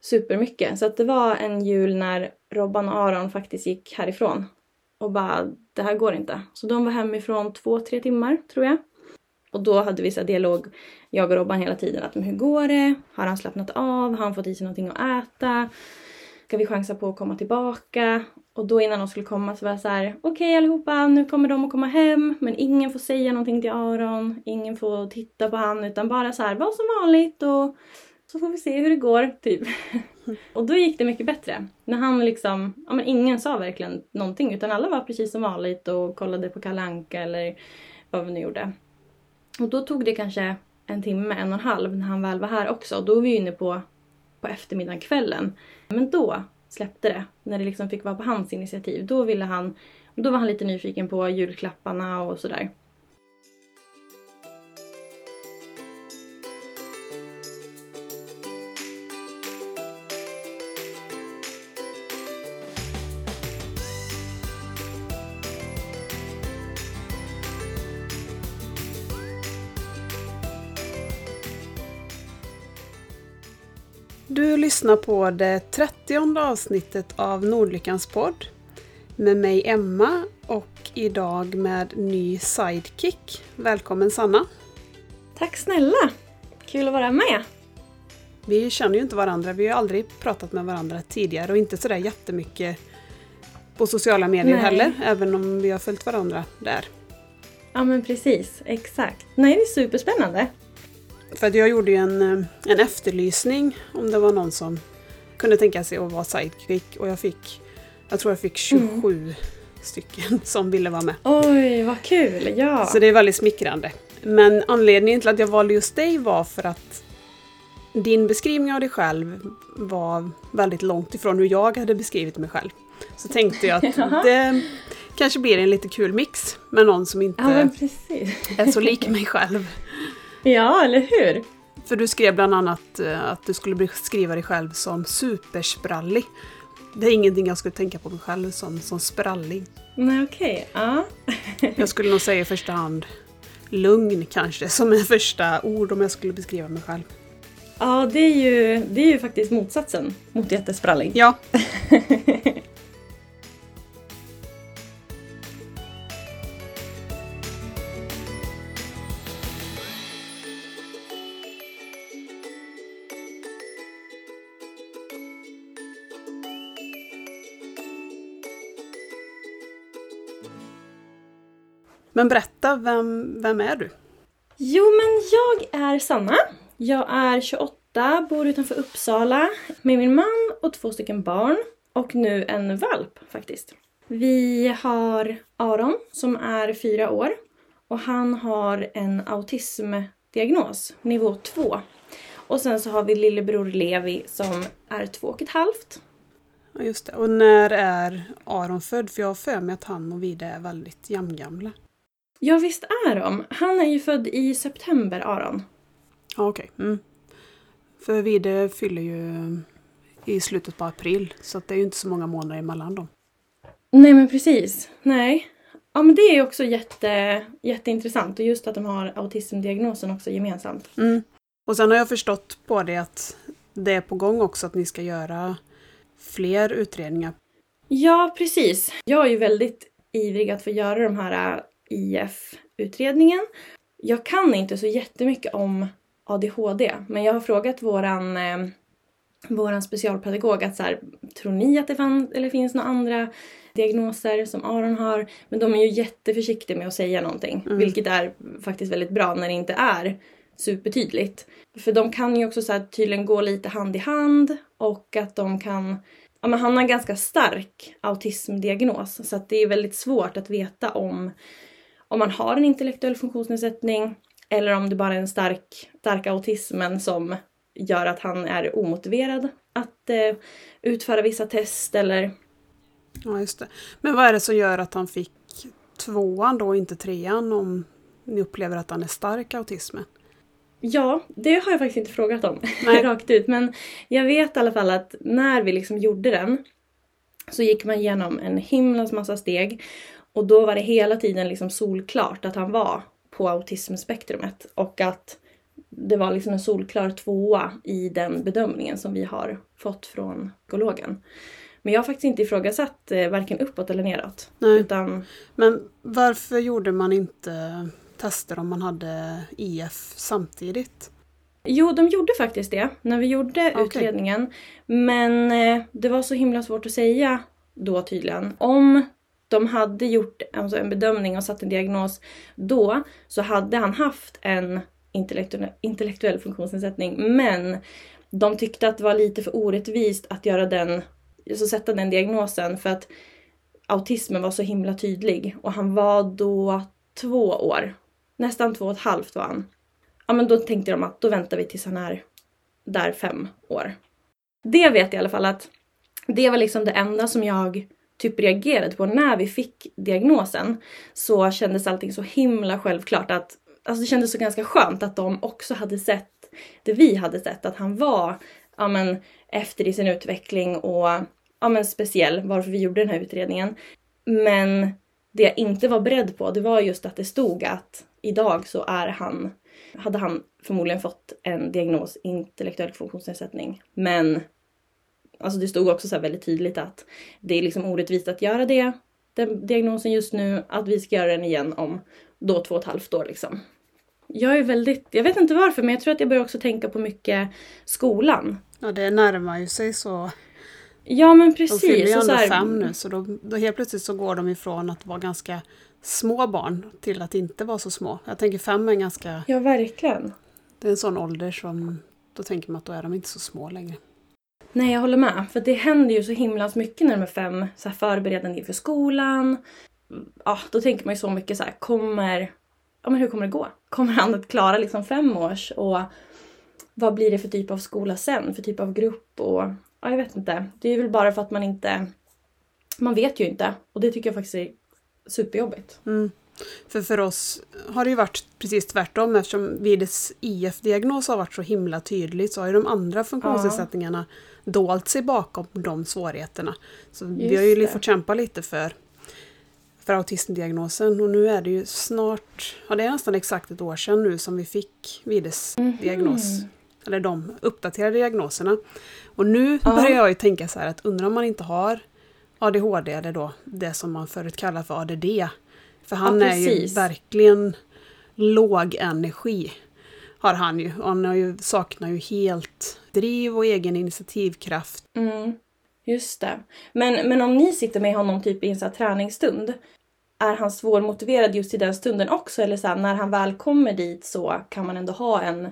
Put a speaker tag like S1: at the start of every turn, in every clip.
S1: supermycket. Så att det var en jul när Robban och Aron faktiskt gick härifrån. Och bara, det här går inte. Så de var hemifrån 2-3 timmar, tror jag. Och då hade vi så här dialog, jag och Robban hela tiden. Att, men hur går det? Har han slappnat av? Har han fått i sig någonting att äta? Ska vi chansa på att komma tillbaka? Och då innan de skulle komma så var jag så här, okej allihopa, nu kommer de att komma hem. Men ingen får säga någonting till Aron. Ingen får titta på han. Utan bara så här, var som vanligt. Och så får vi se hur det går, typ. Och då gick det mycket bättre. När han liksom, ja men ingen sa verkligen någonting. Utan alla var precis som vanligt och kollade på Kalle Anka eller vad vi nu gjorde. Och då tog det kanske 1 timme, 1,5 när han väl var här också. Då var vi inne på eftermiddagen, kvällen. Men då släppte det. När det liksom fick vara på hans initiativ. Då var han lite nyfiken på julklapparna och sådär.
S2: Du lyssnar på det 30:e avsnittet av Nordlyckans podd med mig Emma och idag med ny sidekick. Välkommen Sanna!
S1: Tack snälla! Kul att vara med!
S2: Vi känner ju inte varandra, vi har ju aldrig pratat med varandra tidigare och inte sådär jättemycket på sociala medier heller, även om vi har följt varandra där.
S1: Ja men precis, exakt. Nej, det är superspännande.
S2: För att jag gjorde ju en efterlysning om det var någon som kunde tänka sig att vara sidekick. Och jag tror jag fick 27 stycken som ville vara med.
S1: Oj, vad kul, ja.
S2: Så det är väldigt smickrande. Men anledningen till att jag valde just dig var för att din beskrivning av dig själv var väldigt långt ifrån hur jag hade beskrivit mig själv. Så tänkte jag att det kanske blir en lite kul mix med någon som inte är så lik mig själv.
S1: Ja, eller hur?
S2: För du skrev bland annat att du skulle beskriva dig själv som supersprallig. Det är ingenting jag skulle tänka på mig själv som sprallig.
S1: Nej, okej. Ja.
S2: Jag skulle nog säga i första hand lugn kanske, som är första ord om jag skulle beskriva mig själv.
S1: Ja, det är ju faktiskt motsatsen mot jättesprallig.
S2: Ja. Men berätta, vem är du?
S1: Jo, men jag är Sanna. Jag är 28, bor utanför Uppsala med min man och 2 stycken barn. Och nu en valp faktiskt. Vi har Aron som är 4 år. Och han har en autismdiagnos, nivå 2. Och sen så har vi lillebror Levi som är 2,5.
S2: Ja, just det. Och när är Aron född? För jag har för mig att han och Vida är väldigt jämngamla.
S1: Ja, visst är de. Han är ju född i september, Aron.
S2: Ja, okej. Mm. För Vida fyller ju i slutet på april. Så att det är ju inte så många månader emellan dem.
S1: Nej, men precis. Nej. Ja, men det är ju också jätteintressant. Och just att de har autismdiagnosen också gemensamt.
S2: Mm. Och sen har jag förstått på det att det är på gång också att ni ska göra fler utredningar.
S1: Ja, precis. Jag är ju väldigt ivrig att få göra de här IF-utredningen. Jag kan inte så jättemycket om ADHD. Men jag har frågat våran specialpedagog att så här, tror ni att det finns några andra diagnoser som Aron har? Men de är ju jätteförsiktiga med att säga någonting. Mm. Vilket är faktiskt väldigt bra när det inte är supertydligt. För de kan ju också så här, tydligen gå lite hand i hand. Och att de kan... Ja, men han har en ganska stark autismdiagnos. Så att det är väldigt svårt att veta om man har en intellektuell funktionsnedsättning. Eller om det bara är en stark autismen som gör att han är omotiverad att utföra vissa test. Eller...
S2: Ja, just det. Men vad är det som gör att han fick 2:an då och inte 3:an om ni upplever att han är stark autismen?
S1: Ja, det har jag faktiskt inte frågat om rakt ut. Men jag vet i alla fall att när vi liksom gjorde den så gick man igenom en himlans massa steg. Och då var det hela tiden liksom solklart att han var på autismspektrumet. Och att det var liksom en solklar 2 i den bedömningen som vi har fått från psykologen. Men jag har faktiskt inte ifrågasatt varken uppåt eller neråt.
S2: Nej.
S1: Utan...
S2: Men varför gjorde man inte tester om man hade IF samtidigt?
S1: Jo, de gjorde faktiskt det när vi gjorde utredningen. Men det var så himla svårt att säga då tydligen. Om de hade gjort alltså en bedömning och satt en diagnos då, så hade han haft en intellektuell funktionsnedsättning. Men de tyckte att det var lite för orättvist att sätta den diagnosen, för att autismen var så himla tydlig. Och han var då 2 år. Nästan 2,5 var han. Ja, men då tänkte de att då väntar vi tills han är där 5 år. Det vet jag i alla fall att det var liksom det enda som jag typ reagerade på när vi fick diagnosen. Så kändes allting så himla självklart att, alltså det kändes så ganska skönt att de också hade sett det vi hade sett. Att han var efter i sin utveckling och speciell, varför vi gjorde den här utredningen. Men det jag inte var beredd på, det var just att det stod att idag så hade han förmodligen fått en diagnos intellektuell funktionsnedsättning. Men alltså det stod också så här väldigt tydligt att det är liksom orättvist att göra den diagnosen just nu, att vi ska göra den igen om då 2,5 år liksom. Jag vet inte varför, men jag tror att jag börjar också tänka på mycket skolan.
S2: Ja, det närmar ju sig så.
S1: Ja, men precis.
S2: De fyller ju ändå 5 nu, så då helt plötsligt så går de ifrån att vara ganska små barn till att inte vara så små. Jag tänker 5 är ganska...
S1: Ja, verkligen.
S2: Det är en sån ålder som... Då tänker man att då är de inte så små längre.
S1: Nej, jag håller med. För det händer ju så himla mycket när de är 5. Så här förberedande inför skolan. Ja, då tänker man ju så mycket så här, hur kommer det gå? Kommer han att klara liksom 5 års? Och vad blir det för typ av skola sen? För typ av grupp? Och ja, jag vet inte. Det är väl bara för att man vet ju inte. Och det tycker jag faktiskt är superjobbigt.
S2: Mm. För oss har det ju varit precis tvärtom, eftersom Vides IF-diagnos har varit så himla tydligt, så har ju de andra funktionsnedsättningarna dolt sig bakom de svårigheterna. Så vi har ju fått kämpa lite för autismdiagnosen, och nu är det ju snart, det är nästan exakt 1 år sedan nu som vi fick Vides diagnos, eller de uppdaterade diagnoserna. Och nu börjar jag ju tänka så här att undrar om man inte har ADHD, eller då det som man förut kallar för ADD. För han är ju verkligen låg energi, har han ju. Han saknar ju helt driv och egen initiativkraft.
S1: Just det. Men om ni sitter med honom typ i en sån här träningsstund, är han svårmotiverad just i den stunden också? Eller så här, när han väl kommer dit så kan man ändå ha en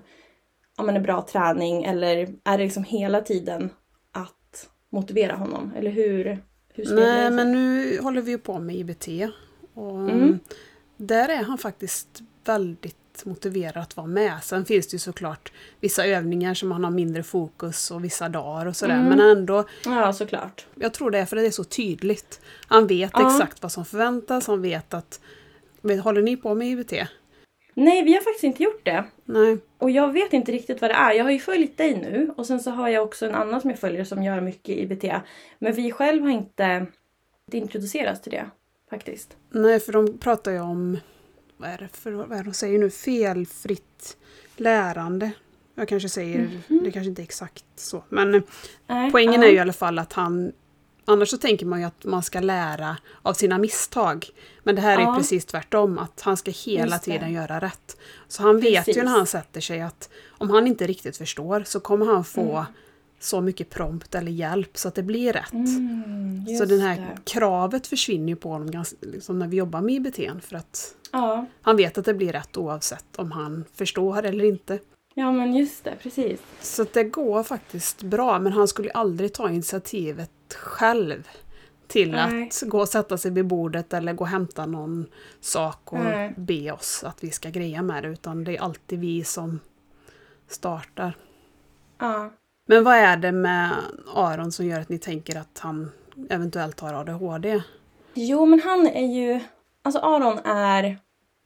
S1: bra träning? Eller är det liksom hela tiden att motivera honom? Eller hur
S2: Nej, men nu håller vi ju på med IBT. Och där är han faktiskt väldigt motiverad att vara med. Sen finns det ju såklart vissa övningar som han har mindre fokus och vissa dagar och sådär. Men ändå...
S1: Ja, såklart.
S2: Jag tror det är för det är så tydligt. Han vet exakt vad som förväntas. Han vet att... Håller ni på med IBT?
S1: Nej, vi har faktiskt inte gjort det.
S2: Nej.
S1: Och jag vet inte riktigt vad det är. Jag har ju följt dig nu. Och sen så har jag också en annan som jag följer som gör mycket IBT. Men vi själv har inte introducerats till det. Faktiskt.
S2: Nej, för de pratar ju om, vad är det de säger nu, felfritt lärande. Jag kanske säger, det kanske inte är exakt så. Men poängen är ju i alla fall att annars så tänker man ju att man ska lära av sina misstag. Men det här är ju precis tvärtom, att han ska hela tiden göra rätt. Så han vet ju när han sätter sig att om han inte riktigt förstår så kommer han få så mycket prompt eller hjälp så att det blir rätt. Så det här kravet försvinner ju på honom liksom när vi jobbar med IBT, för att han vet att det blir rätt oavsett om han förstår eller inte.
S1: Ja, men just det, precis.
S2: Så det går faktiskt bra, men han skulle aldrig ta initiativet själv till att gå och sätta sig vid bordet eller gå och hämta någon sak och be oss att vi ska greja med det, utan det är alltid vi som startar.
S1: Ja.
S2: Men vad är det med Aron som gör att ni tänker att han eventuellt har ADHD?
S1: Jo, men han är ju... Alltså Aron är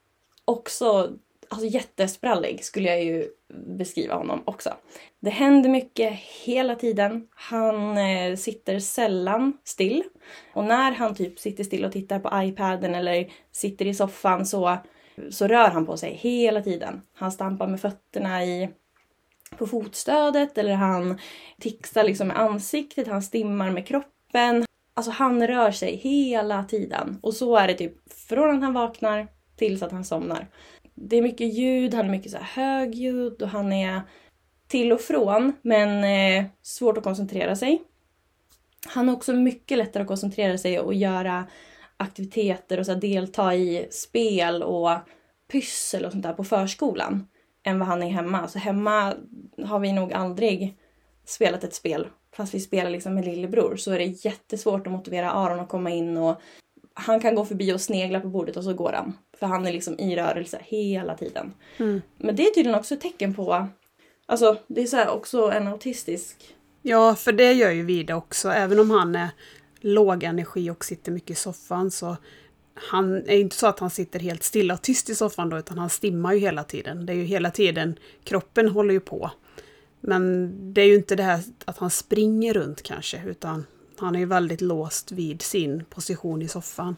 S1: också jättesprallig, skulle jag ju beskriva honom också. Det händer mycket hela tiden. Han sitter sällan still. Och när han typ sitter still och tittar på iPaden eller sitter i soffan så så rör han på sig hela tiden. Han stampar med fötterna på fotstödet, eller han tixar liksom med ansiktet, han stimmar med kroppen. Alltså han rör sig hela tiden. Och så är det typ från att han vaknar tills att han somnar. Det är mycket ljud, han är mycket så här högljudd och han är till och från, men svårt att koncentrera sig. Han är också mycket lättare att koncentrera sig och göra aktiviteter och så här delta i spel och pyssel och sånt där på förskolan än vad han är hemma. Så hemma har vi nog aldrig spelat ett spel. Fast vi spelar liksom med lillebror, så är det jättesvårt att motivera Aron att komma in, och han kan gå förbi och snegla på bordet och så går han. För han är liksom i rörelse hela tiden. Mm. Men det är tydligen också ett tecken på, alltså det är så här också en autistisk.
S2: Ja, för det gör ju Vida också. Även om han är låg energi och sitter mycket i soffan, så han är inte så att han sitter helt stilla och tyst i soffan då, utan han stimmar ju hela tiden. Det är ju hela tiden, kroppen håller ju på. Men det är ju inte det här att han springer runt kanske, utan han är ju väldigt låst vid sin position i soffan.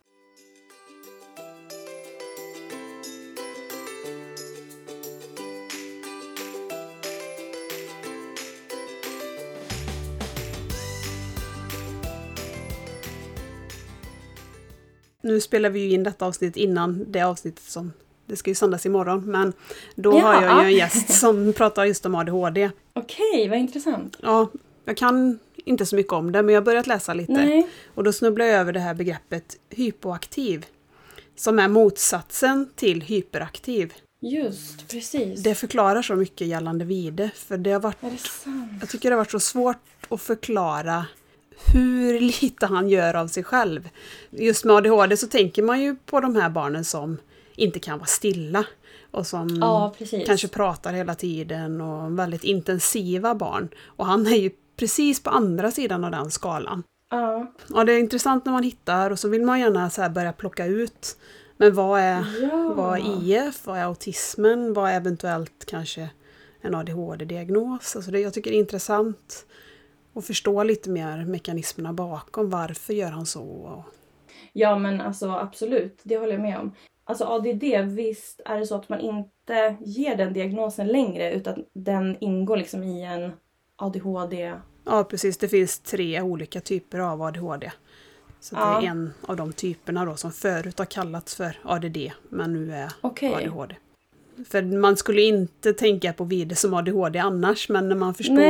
S2: Nu spelar vi ju in detta avsnitt innan det avsnittet som det ska ju sändas imorgon, men då har jag ju en gäst som pratar just om ADHD.
S1: Okej, vad intressant.
S2: Ja, jag kan inte så mycket om det, men jag har börjat läsa lite.
S1: Nej.
S2: Och då snubblar jag över det här begreppet hypoaktiv, som är motsatsen till hyperaktiv.
S1: Just, precis.
S2: Det förklarar så mycket gällande Vide, för det har varit,
S1: är det sant?
S2: Jag tycker det har varit så svårt att förklara hur lite han gör av sig själv. Just med ADHD så tänker man ju på de här barnen som inte kan vara stilla och som kanske pratar hela tiden och väldigt intensiva barn. Och han är ju precis på andra sidan av den skalan. Ja, det är intressant när man hittar, och så vill man gärna så här börja plocka ut. Men vad är IF? Vad är autismen? Vad är eventuellt kanske en ADHD-diagnos? Alltså jag tycker det är intressant att förstå lite mer mekanismerna bakom. Varför gör han så?
S1: Ja, men alltså absolut. Det håller jag med om. Alltså ADD, visst är det så att man inte ger den diagnosen längre, utan den ingår liksom i en ADHD.
S2: Ja, precis. Det finns 3 olika typer av ADHD. Så det är en av de typerna då som förut har kallats för ADD, men nu är ADHD. För man skulle inte tänka på Vide som ADHD annars, men när man förstod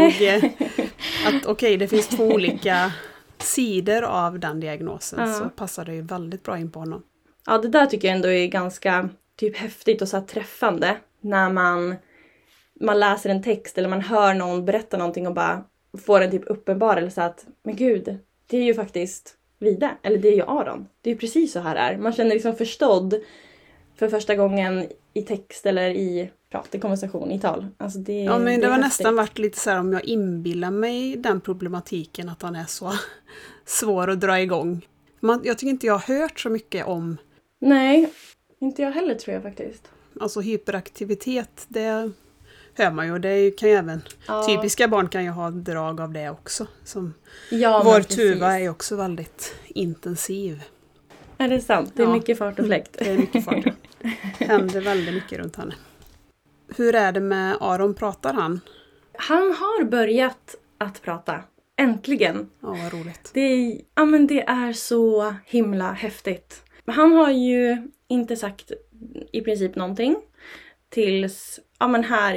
S2: att det finns 2 olika sidor av den diagnosen så passar det ju väldigt bra in på honom.
S1: Ja, det där tycker jag ändå är ganska typ häftigt och så här träffande när man läser en text eller man hör någon berätta någonting och bara får en typ uppenbarelse att men gud, det är ju faktiskt Vide, eller det är ju Aron. Det är ju precis så här är. Man känner liksom förstådd för första gången i text eller i konversation, i tal. Alltså det
S2: men det
S1: var
S2: häftigt. Nästan varit lite så här om jag inbillar mig den problematiken att han är så svår att dra igång. Jag tycker inte jag har hört så mycket om.
S1: Nej, inte jag heller tror jag faktiskt.
S2: Alltså hyperaktivitet, det hör man ju. Det kan ju även, typiska barn kan ju ha drag av det också. Som vår Tuva är också väldigt intensiv.
S1: Är det sant? Det är mycket fart och fläkt.
S2: Det är mycket fart. Det händer väldigt mycket runt henne. Hur är det med Aron? Pratar han?
S1: Han har börjat att prata. Äntligen.
S2: Ja, vad roligt.
S1: Det är så himla häftigt. Han har ju inte sagt i princip någonting. Tills här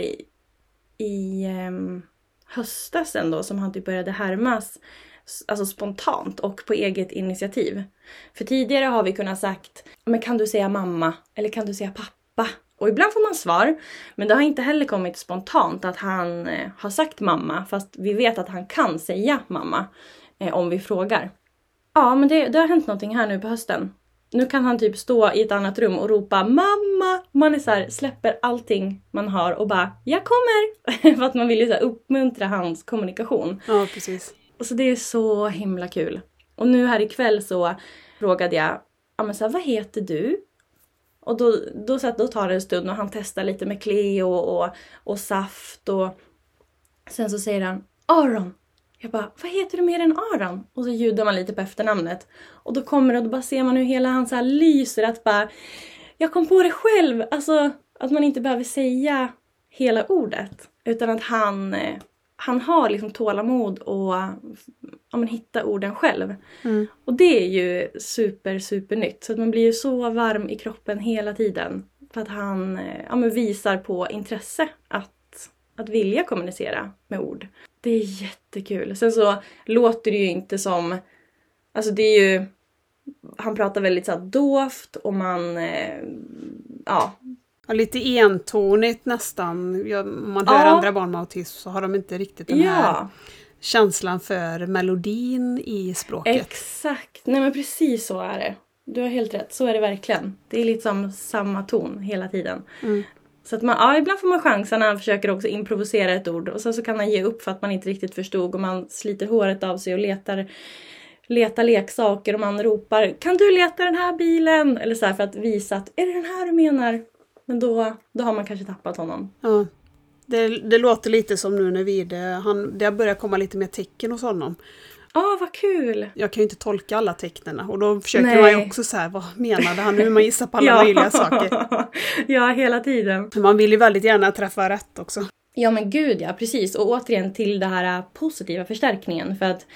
S1: i höstas ändå som han typ började härmas. Alltså spontant och på eget initiativ. För tidigare har vi kunnat sagt, men kan du säga mamma? Eller kan du säga pappa? Och ibland får man svar. Men det har inte heller kommit spontant att han har sagt mamma. Fast vi vet att han kan säga mamma om vi frågar. Ja, men det har hänt någonting här nu på hösten. Nu kan han typ stå i ett annat rum och ropa mamma. Man är så här, släpper allting man har och bara, jag kommer. För att man vill ju så här uppmuntra hans kommunikation.
S2: Ja, precis.
S1: Och så det är så himla kul. Och nu här ikväll så frågade jag, vad heter du? Och då tar det en stund och han testar lite med Cleo och saft. Och sen så säger han, Aron. Jag bara, vad heter du mer än Aron? Och så ljudar man lite på efternamnet. Och då kommer det och då bara ser man hur hela han så här lyser att bara, jag kom på det själv. Alltså att man inte behöver säga hela ordet. Utan att han har liksom tålamod och hitta orden själv. Och det är ju super nytt. Så att man blir ju så varm i kroppen hela tiden. För att han visar på intresse att vilja kommunicera med ord. Det är jättekul. Sen så låter det ju inte som... Alltså det är ju... Han pratar väldigt så här dovt och man...
S2: Ja, lite entonigt nästan. Om man hör andra barn med autism så har de inte riktigt den här känslan för melodin i språket.
S1: Exakt. Nej men precis så är det. Du har helt rätt. Så är det verkligen. Det är liksom samma ton hela tiden. Så att ibland får man chansen när han försöker också improvisera ett ord. Och sen så kan han ge upp för att man inte riktigt förstod. Och man sliter håret av sig och letar leksaker. Och man ropar, kan du leta den här bilen? Eller så här för att visa att, är det den här du menar? Men då har man kanske tappat honom.
S2: Ja, det låter lite som nu när det har börjat komma lite mer tecken hos honom.
S1: Vad kul!
S2: Jag kan ju inte tolka alla tecknen. Och då försöker man ju också så här, vad menade han nu? Man gissar på alla möjliga saker.
S1: Ja, hela tiden.
S2: Man vill ju väldigt gärna träffa rätt också.
S1: Ja, men gud ja, precis. Och återigen till det här positiva förstärkningen. För att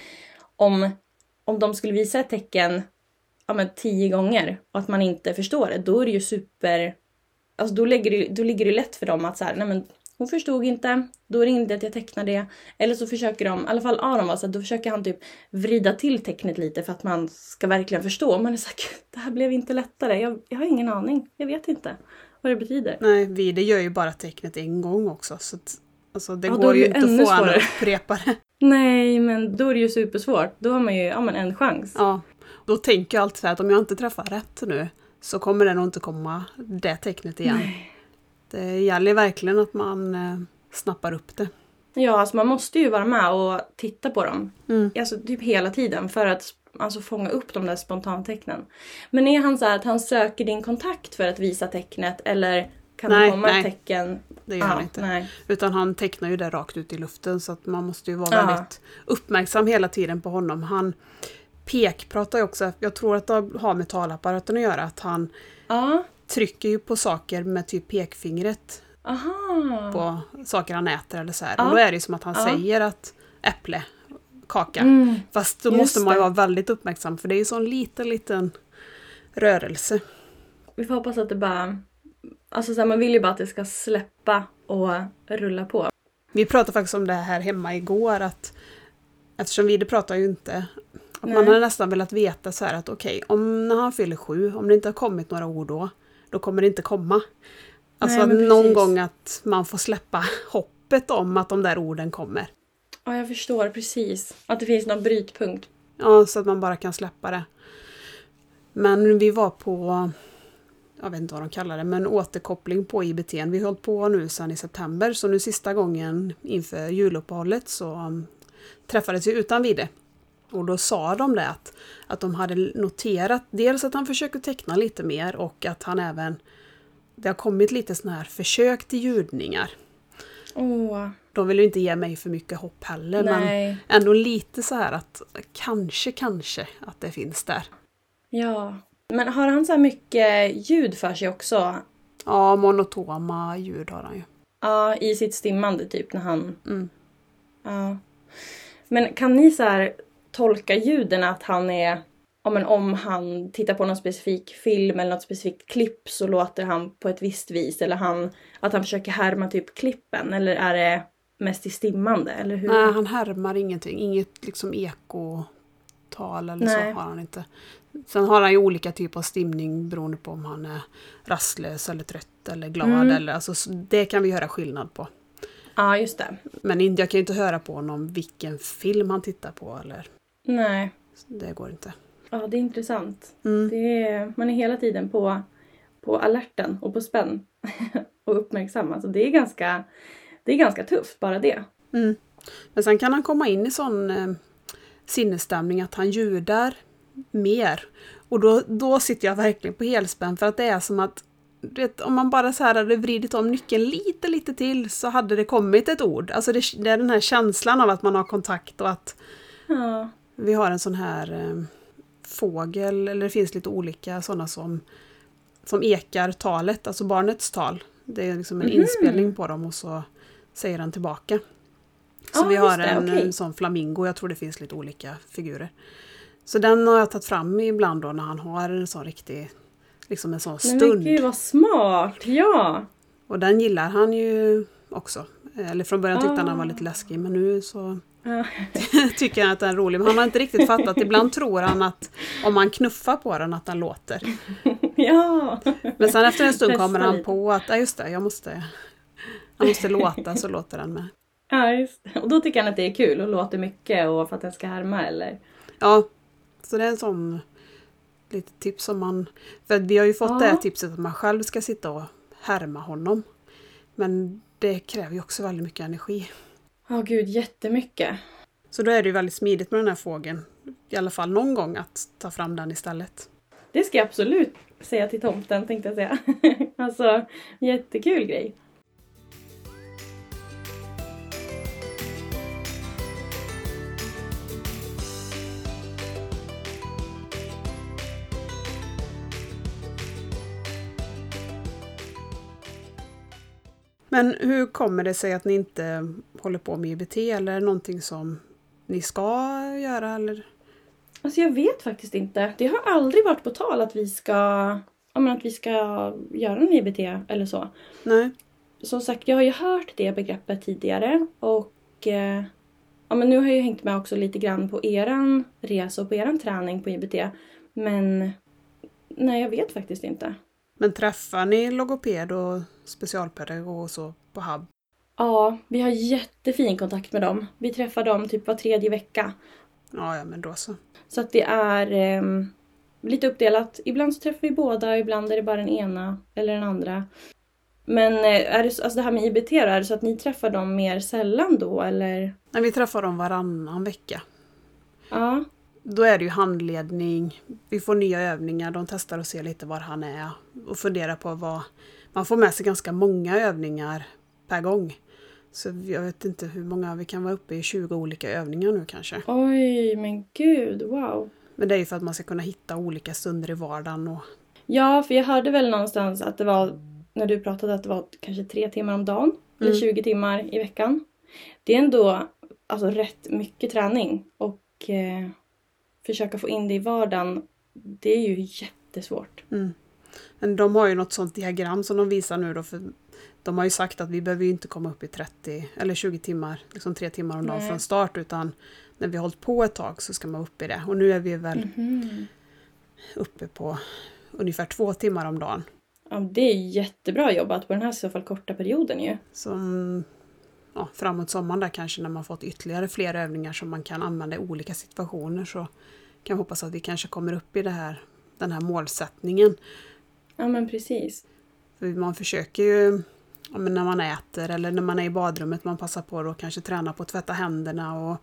S1: om de skulle visa ett tecken 10 gånger och att man inte förstår det, då är det ju super... Alltså då ligger det lätt för dem att så här, nej men hon förstod inte, då är det inte att jag tecknar det. Eller så försöker de, i alla fall Aron var så att då försöker han typ vrida till tecknet lite för att man ska verkligen förstå. Man är så här, det här blev inte lättare, jag har ingen aning, jag vet inte vad det betyder.
S2: Nej, Vide gör ju bara tecknet en gång också, så att, alltså, det går ju inte att få honom att upprepa det.
S1: Nej, men då är det ju supersvårt, då har man ju en chans.
S2: Ja, då tänker jag alltid så här att om jag inte träffar rätt nu så kommer det nog inte komma det tecknet igen. Nej. Det gäller verkligen att man snappar upp det.
S1: Ja, alltså man måste ju vara med och titta på dem. Alltså typ hela tiden för att fånga upp de där spontantecknen. Men är han så här att han söker din kontakt för att visa tecknet eller kan det komma ett tecken?
S2: Det gör han inte. Nej. Utan han tecknar ju det rakt ut i luften så att man måste ju vara väldigt uppmärksam hela tiden på honom. Han pekpratar ju också, jag tror att det har med talapparaten att göra, att han trycker ju på saker med typ pekfingret.
S1: Aha.
S2: På saker han äter eller så här. Och då är det som att han säger att äpple, kaka. Fast då måste man ju vara väldigt uppmärksam för det är ju sån liten rörelse.
S1: Vi får hoppas att det bara... Alltså så här, man vill ju bara att det ska släppa och rulla på.
S2: Vi pratade faktiskt om det här hemma igår att eftersom vi pratar ju inte... Att man hade nästan velat veta så här att okej, om när han fyller 7, om det inte har kommit några ord då kommer det inte komma. Alltså någon gång att man får släppa hoppet om att de där orden kommer.
S1: Ja, jag förstår precis. Att det finns någon brytpunkt.
S2: Ja, så att man bara kan släppa det. Men vi var på, jag vet inte vad de kallar det, men återkoppling på IBT. Vi har hållit på nu sedan i september, så nu sista gången inför juluppehållet så träffades vi utan Vide. Och då sa de det att de hade noterat dels att han försöker teckna lite mer och att han även, det har kommit lite såna här försök till ljudningar. De vill ju inte ge mig för mycket hopp heller, men ändå lite så här att kanske att det finns där. Ja,
S1: men har han så här mycket ljud för sig också?
S2: Ja, monotoma ljud har han ju.
S1: Ja, i sitt stimmande typ när han... Ja. Men kan ni så här tolka ljuden att han är... Om han tittar på någon specifik film eller något specifikt klipp så låter han på ett visst vis. Eller att han försöker härma typ klippen. Eller är det mest i stimmande? Eller hur?
S2: Nej, han härmar ingenting. Inget liksom ekotal eller så har han inte. Sen har han ju olika typer av stimning beroende på om han är rastlös eller trött eller glad. Eller, alltså, det kan vi höra skillnad på.
S1: Ja, just det.
S2: Men jag kan ju inte höra på honom vilken film han tittar på. Eller.
S1: Nej.
S2: Det går inte.
S1: Ja, det är intressant. Man är hela tiden på alerten och på spänn och uppmärksam. Alltså det är ganska tufft, bara det.
S2: Men sen kan han komma in i sån sinnesstämning att han ljudar mer. Och då sitter jag verkligen på helspänn för att det är som att om man bara så här hade vridit om nyckeln lite till så hade det kommit ett ord. Alltså det är den här känslan av att man har kontakt och att vi har en sån här... fågel, eller det finns lite olika sådana som som ekar talet, alltså barnets tal. Det är liksom en inspelning på dem och så säger han tillbaka. Så vi har en sån flamingo, jag tror det finns lite olika figurer. Så den har jag tagit fram ibland då när han har en sån riktig, liksom en sån stund.
S1: Men gud vad smart, ja!
S2: Och den gillar han ju också. Eller från början tyckte han var lite läskig, men nu så tycker han att den är rolig. Men han har inte riktigt fattat, ibland tror han att om man knuffar på den att den låter.
S1: Ja!
S2: Men sen efter en stund kommer han på att, ja just det, jag måste låta, så låter den med.
S1: Ja, just det. Och då tycker han att det är kul och låter mycket och för att den ska härma, eller?
S2: Ja, så det är en sån lite tips som man... För vi har ju fått det här tipset att man själv ska sitta och härma honom. Men det kräver ju också väldigt mycket energi.
S1: Ja, gud, jättemycket.
S2: Så då är det ju väldigt smidigt med den här fågeln. I alla fall någon gång att ta fram den istället.
S1: Det ska jag absolut säga till tomten, tänkte jag säga. Alltså, jättekul grej.
S2: Men hur kommer det sig att ni inte håller på med IBT, eller är det någonting som ni ska göra? Eller?
S1: Alltså jag vet faktiskt inte. Det har aldrig varit på tal att vi ska göra en IBT eller så.
S2: Nej.
S1: Som sagt, jag har ju hört det begreppet tidigare och men nu har jag ju hängt med också lite grann på eran resa och på eran träning på IBT. Men nej, jag vet faktiskt inte.
S2: Men träffar ni logoped och specialpedagog och så på hub?
S1: Ja, vi har jättefin kontakt med dem. Vi träffar dem typ var 3:e vecka.
S2: Ja, men då så.
S1: Så att det är lite uppdelat. Ibland så träffar vi båda, ibland är det bara den ena eller den andra. Men är det, alltså det här med IBT, är det så att ni träffar dem mer sällan då, eller?
S2: Nej, vi träffar dem varannan vecka.
S1: Ja.
S2: Då är det ju handledning, vi får nya övningar, de testar och ser lite var han är och funderar på vad... Man får med sig ganska många övningar per gång. Så jag vet inte hur många, vi kan vara uppe i 20 olika övningar nu kanske.
S1: Oj, men gud, wow.
S2: Men det är ju för att man ska kunna hitta olika stunder i vardagen. Och...
S1: Ja, för jag hörde väl någonstans att det var, när du pratade, att det var kanske 3 timmar om dagen. Eller 20 timmar i veckan. Det är ändå alltså rätt mycket träning. Och försöka få in det i vardagen, det är ju jättesvårt.
S2: Men de har ju något sånt diagram som de visar nu då, för de har ju sagt att vi behöver ju inte komma upp i 30 eller 20 timmar, liksom 3 timmar om dagen från start, utan när vi har hållit på ett tag så ska man upp i det. Och nu är vi väl uppe på ungefär 2 timmar om dagen.
S1: Ja, det är jättebra jobbat på den här i så fall korta perioden ju.
S2: Som framåt sommaren där kanske, när man fått ytterligare fler övningar som man kan använda i olika situationer, så kan jag hoppas att vi kanske kommer upp i den här målsättningen.
S1: Ja, men precis.
S2: För man försöker ju, när man äter eller när man är i badrummet, man passar på att kanske träna på att tvätta händerna och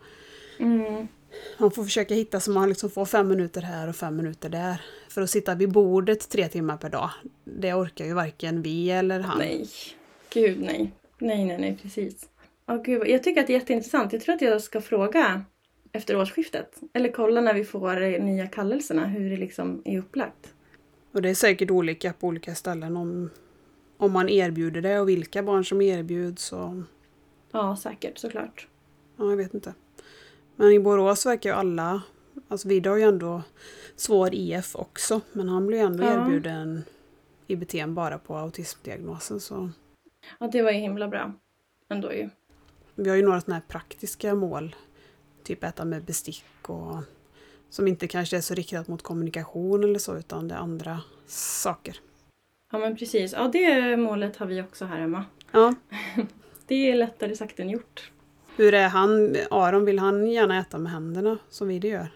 S2: man får försöka hitta så man liksom får 5 minuter här och 5 minuter där. För att sitta vid bordet 3 timmar per dag, det orkar ju varken vi eller han.
S1: Nej, gud nej. Nej, precis. Gud, jag tycker att det är jätteintressant. Jag tror att jag ska fråga efter årsskiftet. Eller kolla när vi får nya kallelserna, hur det liksom är upplagt.
S2: Och det är säkert olika på olika ställen om man erbjuder det och vilka barn som erbjuds. Och...
S1: Ja, säkert, såklart.
S2: Ja, jag vet inte. Men i Borås verkar ju alla... Alltså Vida har ju ändå svår IF också. Men han blir ändå erbjuden IBT bara på autismdiagnosen. Så.
S1: Ja, det var ju himla bra. Ändå ju.
S2: Vi har ju några sådana här praktiska mål. Typ äta med bestick och... Som inte kanske är så riktat mot kommunikation eller så, utan det är andra saker.
S1: Ja, men precis. Ja, det målet har vi också här hemma.
S2: Ja.
S1: Det är lättare sagt än gjort.
S2: Hur är han? Aron, vill han gärna äta med händerna som vi det gör?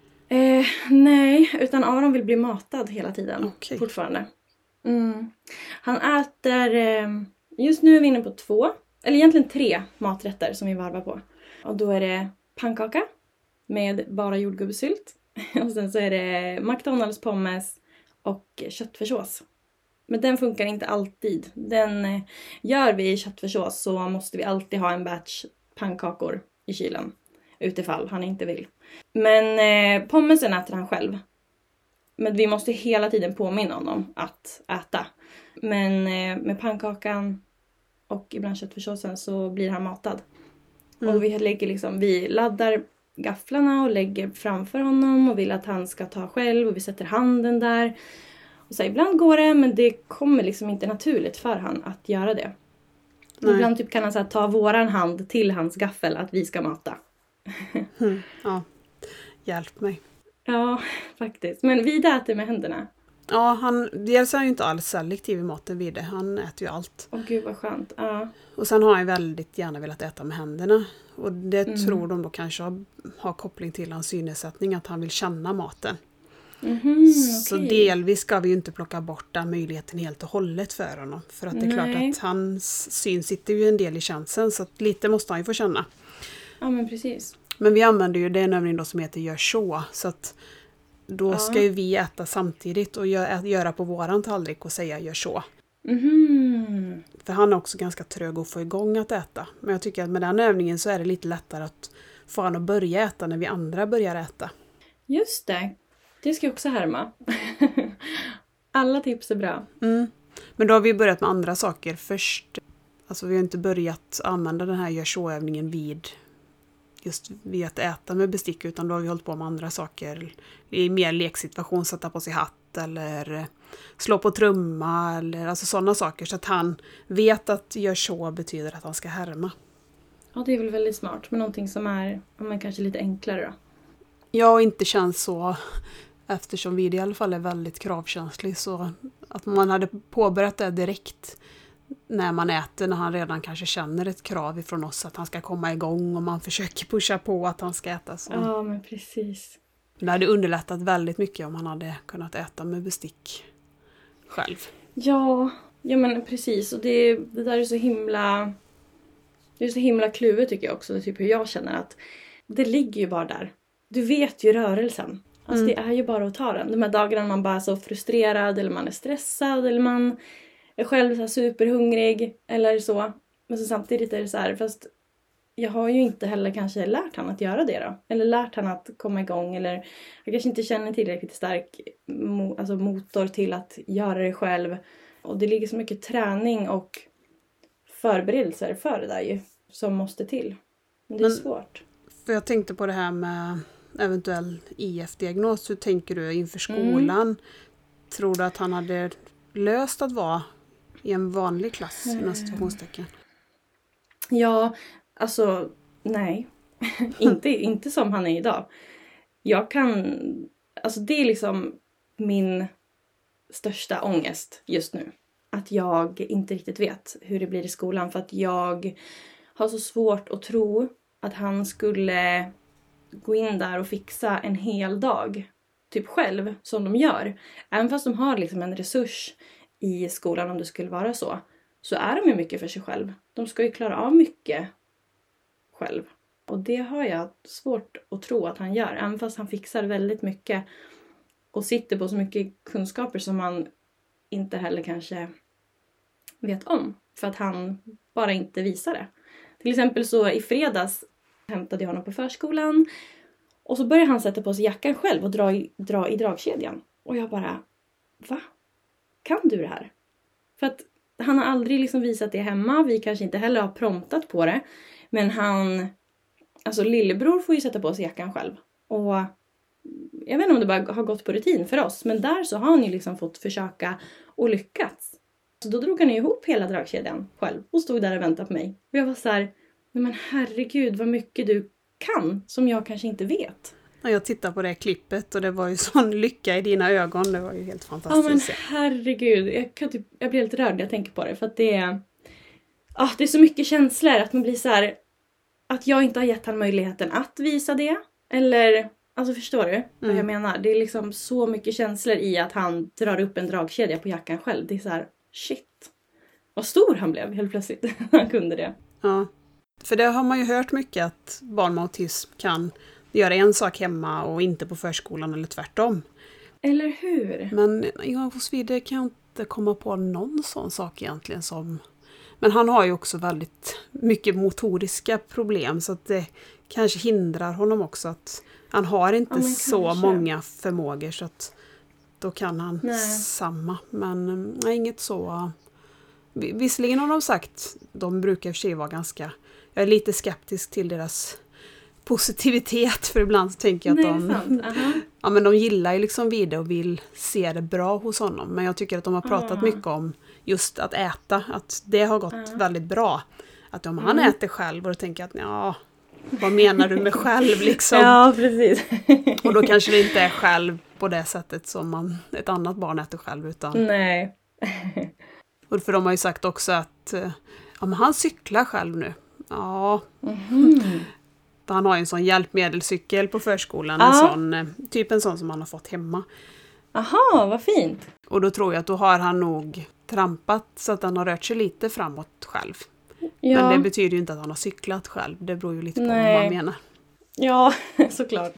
S1: Nej, utan Aron vill bli matad hela tiden.
S2: Okay.
S1: Fortfarande. Han äter... just nu är vi inne på 2, eller egentligen 3 maträtter som vi varvar på. Och då är det pannkaka med bara jordgubbssylt. Och sen så är det McDonald's pommes och köttfärssås. Men den funkar inte alltid. Den gör vi i köttfärssås så måste vi alltid ha en batch pannkakor i kylen. Utifall han inte vill. Men pommesen äter han själv. Men vi måste hela tiden påminna honom att äta. Men med pannkakan och ibland köttfärssåsen så blir han matad. Och vi laddar gafflarna och lägger framför honom och vill att han ska ta själv. Och vi sätter handen där. Och så ibland går det, men det kommer liksom inte naturligt för han att göra det. Ibland typ kan han så här, ta våran hand till hans gaffel att vi ska mata.
S2: Ja, hjälp mig.
S1: Ja, faktiskt. Men Vida äter med händerna.
S2: Ja, dels är han ju inte alls selektiv i maten vid det. Han äter ju allt.
S1: Åh gud vad skönt. Ja.
S2: Och sen har han väldigt gärna velat äta med händerna. Och det tror de då kanske har koppling till hans synnedsättning, att han vill känna maten. Så delvis ska vi ju inte plocka bort den möjligheten helt och hållet för honom. För att det är klart att hans syn sitter ju en del i känseln, så att lite måste han ju få känna.
S1: Ja, men precis.
S2: Men vi använder ju det nämligen då som heter gör så att då ska ju vi äta samtidigt och göra på våran tallrik och säga gör så. För han är också ganska trög att få igång att äta. Men jag tycker att med den övningen så är det lite lättare att få han att börja äta när vi andra börjar äta.
S1: Just det. Det ska jag också härma. Alla tips är bra.
S2: Men då har vi börjat med andra saker först. Alltså vi har inte börjat använda den här gör så-övningen vid att äta med bestick, utan då har vi hållit på med andra saker i mer leksituation, sätta på sig hatt eller slå på trumma eller alltså sådana saker, så att han vet att gör så betyder att han ska härma.
S1: Ja, det är väl väldigt smart, men någonting som är kanske lite enklare då.
S2: Ja, och inte känns så, eftersom vi i alla fall är väldigt kravkänslig, så att man hade påbörjat det direkt när man äter, när han redan kanske känner ett krav ifrån oss att han ska komma igång och man försöker pusha på att han ska äta. Så.
S1: Ja, men precis.
S2: Det hade underlättat väldigt mycket om han hade kunnat äta med bestick själv.
S1: Ja men precis. Och det där är så himla... Det är så himla kluvet tycker jag också. Det är typ hur jag känner att det ligger ju bara där. Du vet ju rörelsen. Alltså det är ju bara att ta den. De här dagarna man bara är så frustrerad eller man är stressad eller man är själv så här superhungrig eller så. Men så samtidigt är det så här, fast jag har ju inte heller kanske lärt han att göra det då. Eller lärt han att komma igång. Eller jag kanske inte känner tillräckligt stark motor till att göra det själv. Och det ligger så mycket träning och förberedelser för det där ju. Som måste till. Men det är svårt.
S2: För jag tänkte på det här med eventuell IF-diagnos. Hur tänker du inför skolan? Tror du att han hade löst att vara i en vanlig klass inom situationstecken?
S1: Ja, alltså nej. inte som han är idag. Det är liksom min största ångest just nu. Att jag inte riktigt vet hur det blir i skolan. För att jag har så svårt att tro att han skulle gå in där och fixa en hel dag. Typ själv, som de gör. Även fast de har liksom en resurs i skolan, om det skulle vara så. Så är de ju mycket för sig själv. De ska ju klara av mycket själv. Och det har jag svårt att tro att han gör. Även fast han fixar väldigt mycket. Och sitter på så mycket kunskaper som man inte heller kanske vet om. För att han bara inte visar det. Till exempel så i fredags hämtade jag honom på förskolan. Och så börjar han sätta på sig jackan själv och dra i dragkedjan. Och jag bara, va? Kan du det här? För att han har aldrig liksom visat det hemma. Vi kanske inte heller har promptat på det. Men lillebror får ju sätta på sig jackan själv. Och jag vet inte om det bara har gått på rutin för oss. Men där så har han ju liksom fått försöka och lyckats. Så då drog han ju ihop hela dragkedjan själv. Och stod där och väntade på mig. Och jag var så här, nej men herregud vad mycket du kan. Som jag kanske inte vet.
S2: Jag tittade på det klippet och det var ju sån lycka i dina ögon. Det var ju helt fantastiskt.
S1: Ja men herregud. Jag blir helt rörd när jag tänker på det. För att det är så mycket känslor. Att man blir så här. Att jag inte har gett han möjligheten att visa det. Eller, alltså förstår du vad jag menar? Det är liksom så mycket känslor i att han drar upp en dragkedja på jackan själv. Det är så här, shit. Vad stor han blev helt plötsligt. Han kunde det.
S2: Ja, för det har man ju hört mycket att barn med autism kan göra en sak hemma och inte på förskolan eller tvärtom.
S1: Eller hur?
S2: Men hos Vide kan jag inte komma på någon sån sak egentligen som... Men han har ju också väldigt mycket motoriska problem så att det kanske hindrar honom också att han har inte så många förmågor så att då kan han samma. Men nej, inget så. Visserligen har de sagt, de brukar i och för sig vara ganska, jag är lite skeptisk till deras positivitet, för ibland så tänker jag att de gillar ju liksom Vide och vill se det bra hos honom. Men jag tycker att de har pratat mycket om just att äta, att det har gått väldigt bra. Att om han äter själv, och då tänker jag att vad menar du med själv liksom?
S1: Ja, precis.
S2: Och då kanske det inte är själv på det sättet som ett annat barn äter själv, utan...
S1: Nej.
S2: Och för de har ju sagt också att men han cyklar själv nu. Ja. Han har en sån hjälpmedelscykel på förskolan. En sån, typ en sån som han har fått hemma.
S1: Aha, vad fint.
S2: Och då tror jag att då har han nog trampat så att han har rört sig lite framåt själv. Ja. Men det betyder ju inte att han har cyklat själv. Det beror ju lite på vad man menar.
S1: Ja, såklart.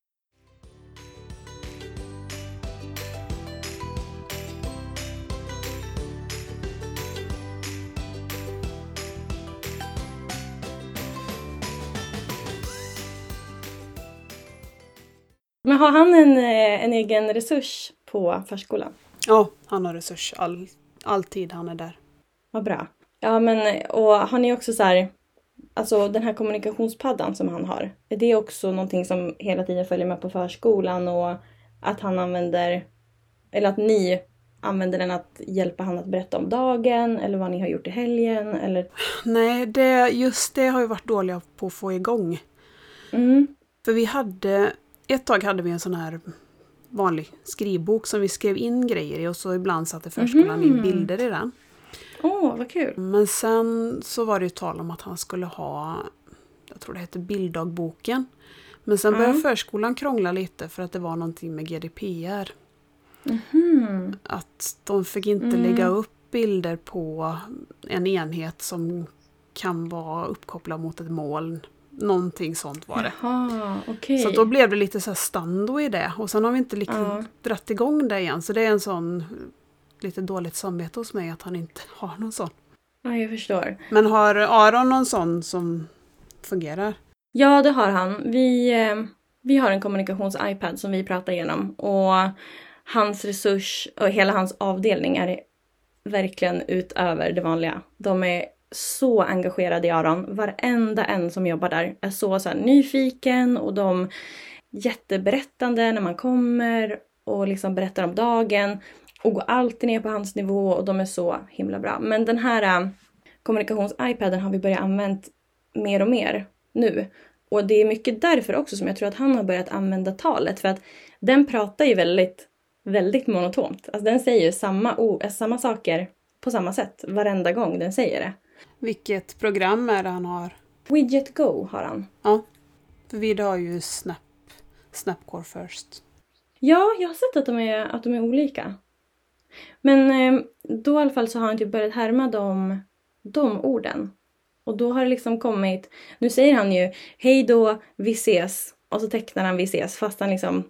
S1: Men har han en egen resurs på förskolan?
S2: Ja, han har resurs alltid han är där.
S1: Vad bra. Ja, men och har ni också så här, alltså den här kommunikationspaddan som han har, är det också någonting som hela tiden följer med på förskolan, och att han använder, eller att ni använder den att hjälpa han att berätta om dagen eller vad ni har gjort i helgen? Eller?
S2: Nej, just det har ju varit dåliga på att få igång. För ett tag hade vi en sån här vanlig skrivbok som vi skrev in grejer i, och så ibland satte förskolan in bilder i den.
S1: Vad kul.
S2: Men sen så var det ju tal om att han skulle ha, jag tror det heter bilddagboken. Men sen började förskolan krångla lite för att det var någonting med GDPR. Att de fick inte lägga upp bilder på en enhet som kan vara uppkopplad mot ett moln. Någonting sånt var det.
S1: Jaha, okej.
S2: Så då blev det lite så här stando i det. Och sen har vi inte liksom dratt igång det igen. Så det är en sån lite dåligt samvete hos mig att han inte har någon sån.
S1: Ja, jag förstår.
S2: Men har Aron någon sån som fungerar?
S1: Ja, det har han. Vi har en kommunikations-iPad som vi pratar igenom. Och hans resurs och hela hans avdelning är verkligen utöver det vanliga. De är så engagerade i Aron. Varenda en som jobbar där är så här nyfiken, och de jätteberättande när man kommer och liksom berättar om dagen och går alltid ner på hans nivå, och de är så himla bra. Men den här kommunikations-iPaden har vi börjat använda mer och mer nu. Och det är mycket därför också som jag tror att han har börjat använda talet, för att den pratar ju väldigt, väldigt monotont. Alltså den säger ju samma saker på samma sätt varenda gång den säger det. Vilket
S2: program är det han har?
S1: Widget Go har han.
S2: Ja, för vi har ju Snapcore First.
S1: Ja, jag har sett att de är olika. Men då i alla fall så har han typ börjat härma de orden. Och då har det liksom kommit, nu säger han ju hej då, vi ses. Och så tecknar han vi ses, fast han liksom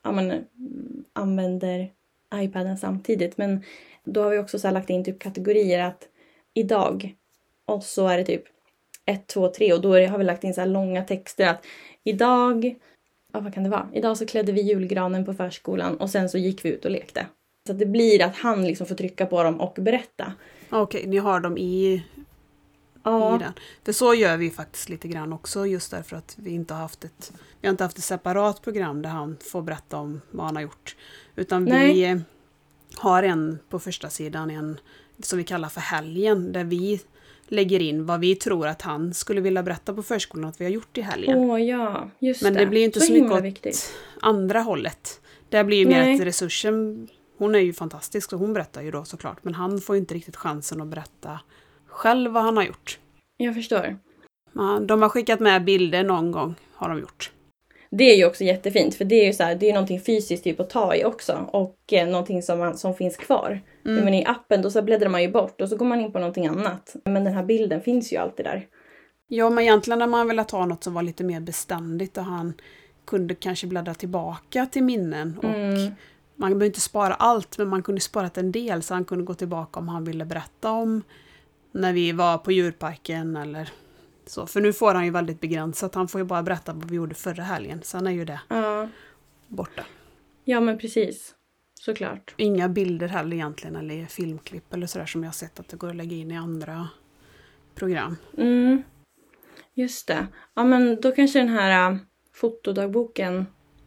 S1: använder iPaden samtidigt. Men då har vi också så här lagt in typ kategorier att idag, och så är det typ 1, 2, 3, och då har vi lagt in så här långa texter att idag, vad kan det vara? Idag så klädde vi julgranen på förskolan och sen så gick vi ut och lekte. Så att det blir att han liksom får trycka på dem och berätta.
S2: Okej, ni har dem i den. För så gör vi faktiskt lite grann också, just därför att vi inte har haft ett separat program där han får berätta om vad han har gjort. Utan vi har en på första sidan, en som vi kallar för helgen, där vi lägger in vad vi tror att han skulle vilja berätta på förskolan att vi har gjort i helgen.
S1: Ja, just
S2: men det blir inte så mycket åt
S1: viktigt.
S2: Andra hållet. Det blir ju mer att resursen, hon är ju fantastisk så hon berättar ju då såklart, men han får ju inte riktigt chansen att berätta själv vad han har gjort.
S1: Jag förstår.
S2: Ja, de har skickat med bilder någon gång, har de gjort.
S1: Det är ju också jättefint, för det är ju så här, det är någonting fysiskt typ att ta i också, och någonting som finns kvar. Men i appen då så bläddrar man ju bort och så går man in på någonting annat. Men den här bilden finns ju alltid där.
S2: Ja, men egentligen när man ville ta något som var lite mer beständigt och han kunde kanske bläddra tillbaka till minnen, och man behöver inte spara allt, men man kunde spara en del, så han kunde gå tillbaka om han ville berätta om när vi var på djurparken eller så. För nu får han ju väldigt begränsat. Han får ju bara berätta vad vi gjorde förra helgen. Sen är ju det borta.
S1: Ja, men precis. såklart.
S2: Inga bilder heller egentligen, eller filmklipp eller sådär som jag har sett att det går att lägga in i andra program.
S1: Mm. Just det. Ja, men då kanske den här fotodagboken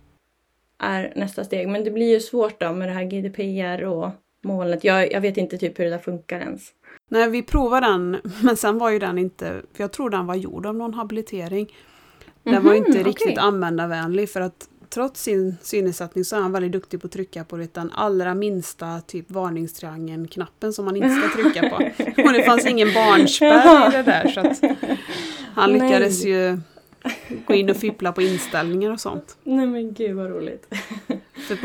S1: är nästa steg. Men det blir ju svårt då med det här GDPR och målet. Jag vet inte typ hur det där funkar ens.
S2: Nej, vi provade den, men sen var ju den inte, för jag tror den var gjord av någon habilitering. Den var ju inte riktigt användarvänlig, för att trots sin synnedsättning så är han väldigt duktig på att trycka på den allra minsta typ varningstriangeln-knappen som man inte ska trycka på. Och det fanns ingen barnspärr i det där, så att han lyckades ju gå in och fippla på inställningar och sånt.
S1: Nej men gud vad roligt.
S2: För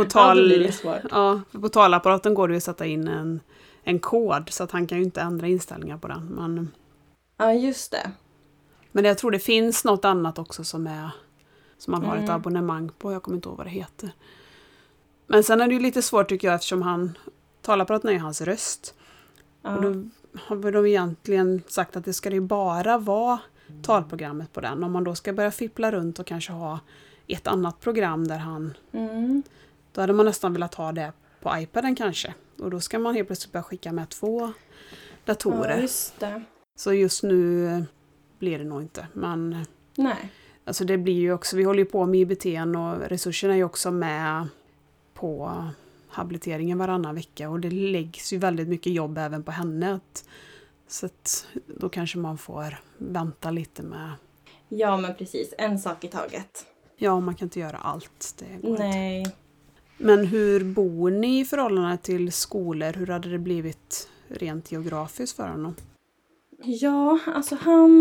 S2: på talapparaten går det ju att sätta in en kod, så att han kan ju inte ändra inställningar på den. Men,
S1: ja, just det.
S2: Men jag tror det finns något annat också som man har ett abonnemang på. Jag kommer inte ihåg vad det heter. Men sen är det ju lite svårt tycker jag, eftersom talapparaten är ju hans röst. Ja. Och då har de egentligen sagt att det ska ju bara vara talprogrammet på den. Om man då ska börja fippla runt och kanske ha ett annat program där han... Då hade man nästan velat ha det på iPaden kanske. Och då ska man helt plötsligt börja skicka med 2 datorer.
S1: Ja, just det.
S2: Så just nu blir det nog inte. Men
S1: nej.
S2: Alltså det blir ju också, vi håller ju på med IBT:n och resurserna är ju också med på habiliteringen varannan vecka. Och det läggs ju väldigt mycket jobb även på henne. Så att då kanske man får vänta lite med...
S1: Ja, men precis. En sak i taget.
S2: Ja, man kan inte göra allt. Det går
S1: nej.
S2: Inte. Men hur bor ni i förhållande till skolor? Hur hade det blivit rent geografiskt för honom?
S1: Ja, alltså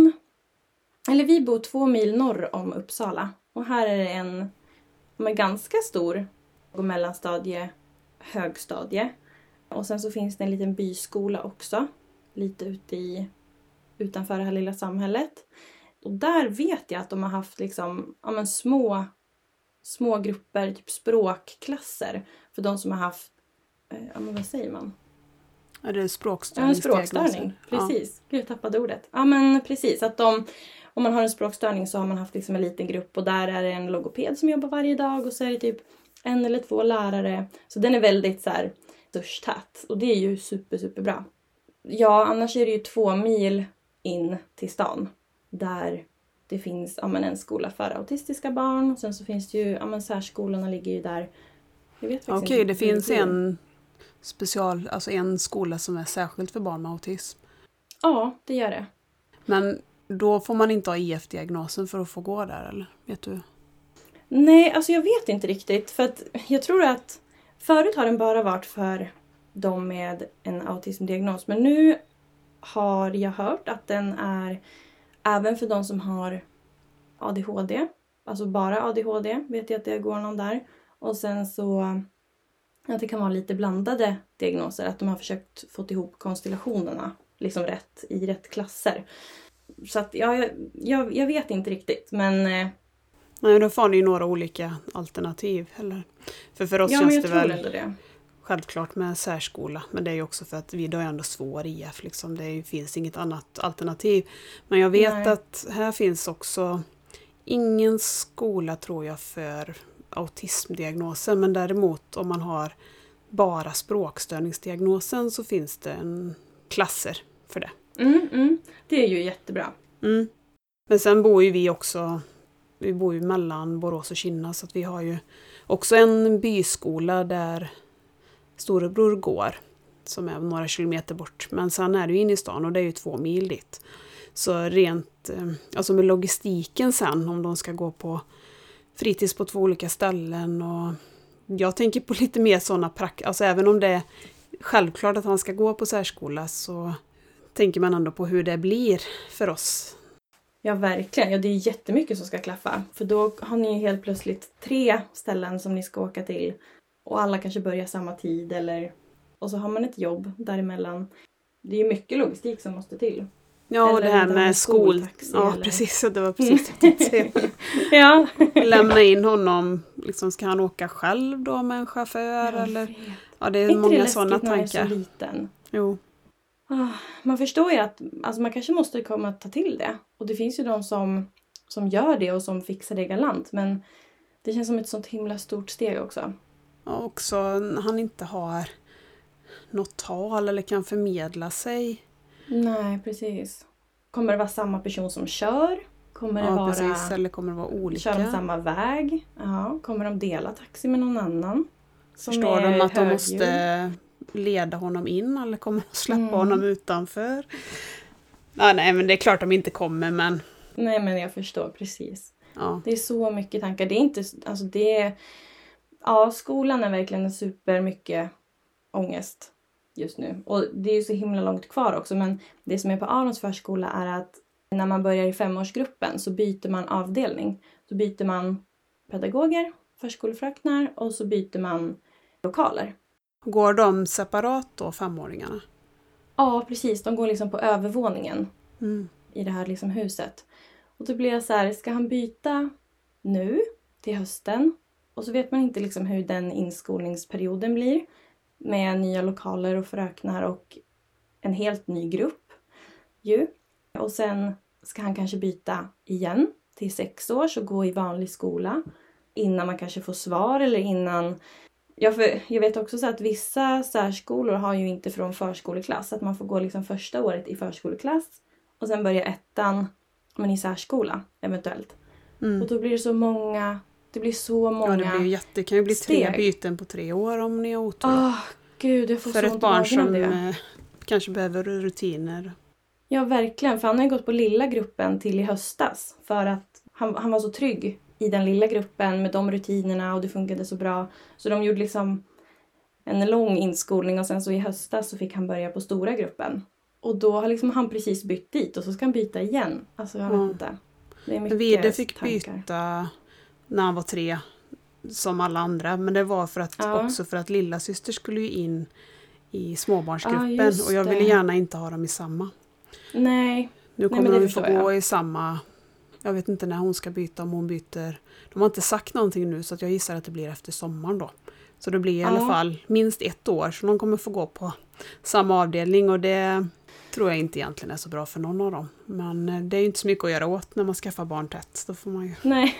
S1: vi bor 2 mil norr om Uppsala. Och här är det en ganska stor mellanstadie, högstadie. Och sen så finns det en liten byskola också. Lite utanför det här lilla samhället. Och där vet jag att de har haft liksom, små grupper, typ språkklasser. För de som har haft, vad säger man?
S2: Är det språkstörning?
S1: Ja, språkstörning. Precis. Gud, jag tappade ordet. Ja, men precis. Att om man har en språkstörning så har man haft liksom en liten grupp. Och där är det en logoped som jobbar varje dag. Och så är det typ 1 eller 2 lärare. Så den är väldigt så här dörstät. Och det är ju superbra. Ja, annars är det ju 2 mil in till stan. Där det finns en skola för autistiska barn. Och sen så finns det ju, särskolorna ligger ju där.
S2: Okej, det finns en en skola som är särskilt för barn med autism.
S1: Ja, det gör det.
S2: Men då får man inte ha IF-diagnosen för att få gå där, eller? Vet du?
S1: Nej, alltså jag vet inte riktigt. För att jag tror att förut har den bara varit för de med en autismdiagnos. Men nu har jag hört att den är även för de som har ADHD. Alltså bara ADHD vet jag att det går någon där. Och sen så att det kan vara lite blandade diagnoser. Att de har försökt få ihop konstellationerna liksom i rätt klasser. Så att jag vet inte riktigt. Men
S2: nej, då får ni ju några olika alternativ. Eller? För oss känns det väl
S1: det.
S2: Självklart med särskola. Men det är ju också för att vi då är ändå svår IF. Liksom. Det finns inget annat alternativ. Men jag vet att här finns också ingen skola tror jag för autismdiagnosen. Men däremot om man har bara språkstörningsdiagnosen så finns det klasser för det.
S1: Det är ju jättebra.
S2: Men sen bor ju vi bor ju mellan Borås och Kinna, så att vi har ju också en byskola där storebror går, som är några kilometer bort. Men sen är det ju inne i stan och det är ju 2 mil dit. Så rent, alltså med logistiken sen, om de ska gå på fritids på 2 olika ställen, och jag tänker på lite mer sådana alltså även om det är självklart att han ska gå på särskola, så tänker man ändå på hur det blir för oss.
S1: Ja, verkligen. Ja, det är jättemycket som ska klaffa. För då har ni helt plötsligt 3 ställen som ni ska åka till. Och alla kanske börjar samma tid. Och så har man ett jobb däremellan. Det är ju mycket logistik som måste till.
S2: Ja, och det här med ja, eller... precis. Det var precis det jag tänkte säga.
S1: Ja.
S2: Lämna in honom. Liksom, ska han åka själv då med en chaufför? Eller? Ja, det är många sådana tankar.
S1: Inte det läskigt när jag är så liten?
S2: Jo.
S1: Man förstår ju att man kanske måste komma att ta till det. Och det finns ju de som gör det och som fixar det galant. Men det känns som ett sånt himla stort steg också.
S2: Och också när han inte har något tal eller kan förmedla sig.
S1: Nej, precis. Kommer det vara samma person som kör? Kommer det vara...
S2: precis. Eller kommer det vara olika?
S1: Kör de samma väg? Ja. Kommer de dela taxi med någon annan?
S2: Förstår de att de måste leda honom in eller kommer de släppa honom utanför? Ja, nej, men det är klart de inte kommer, men...
S1: Nej, men jag förstår precis.
S2: Ja.
S1: Det är så mycket tankar. Det är inte... Alltså det... Ja, skolan är verkligen en super mycket ångest just nu. Och det är ju så himla långt kvar också. Men det som är på Arons förskola är att när man börjar i 5-årsgruppen så byter man avdelning. Så byter man pedagoger, förskolefröknar och så byter man lokaler.
S2: Går de separat då, 5-åringarna?
S1: Ja, precis. De går liksom på övervåningen i det här liksom huset. Och då blir jag så här, ska han byta nu till hösten? Och så vet man inte liksom hur den inskolningsperioden blir. Med nya lokaler och fröknar och en helt ny grupp. Och sen ska han kanske byta igen till 6 år och gå i vanlig skola. Innan man kanske får svar eller innan... Ja, för jag vet också så att vissa särskolor har ju inte från förskoleklass. Att man får gå liksom första året i förskoleklass. Och sen börja 1:an i särskola eventuellt. Och då blir det så många... Det blir så många
S2: det blir ju det kan ju bli 3 byten på 3 år om ni har otur.
S1: Gud, jag får
S2: för
S1: så
S2: ett barn som
S1: det.
S2: Kanske behöver rutiner.
S1: Ja, verkligen. För han har ju gått på lilla gruppen till i höstas. För att han var så trygg i den lilla gruppen med de rutinerna och det funkade så bra. Så de gjorde liksom en lång inskolning och sen så i höstas så fick han börja på stora gruppen. Och då har liksom han precis bytt dit och så ska han byta igen. Alltså jag vet inte. Det är mycket
S2: Vide fick
S1: tankar.
S2: byta när han var 3 som alla andra. Men det var för att också för att lilla syster skulle ju in i småbarnsgruppen. Och jag ville gärna inte ha dem i samma.
S1: Nej.
S2: Nu kommer de få gå i samma... Jag vet inte när hon ska byta, om hon byter. De har inte sagt någonting nu så att jag gissar att det blir efter sommaren då. Så det blir i alla fall minst 1 år så de kommer få gå på samma avdelning och det tror jag inte egentligen är så bra för någon av dem. Men det är ju inte så mycket att göra åt när man skaffar barn tätt. Då får man ju...
S1: Nej.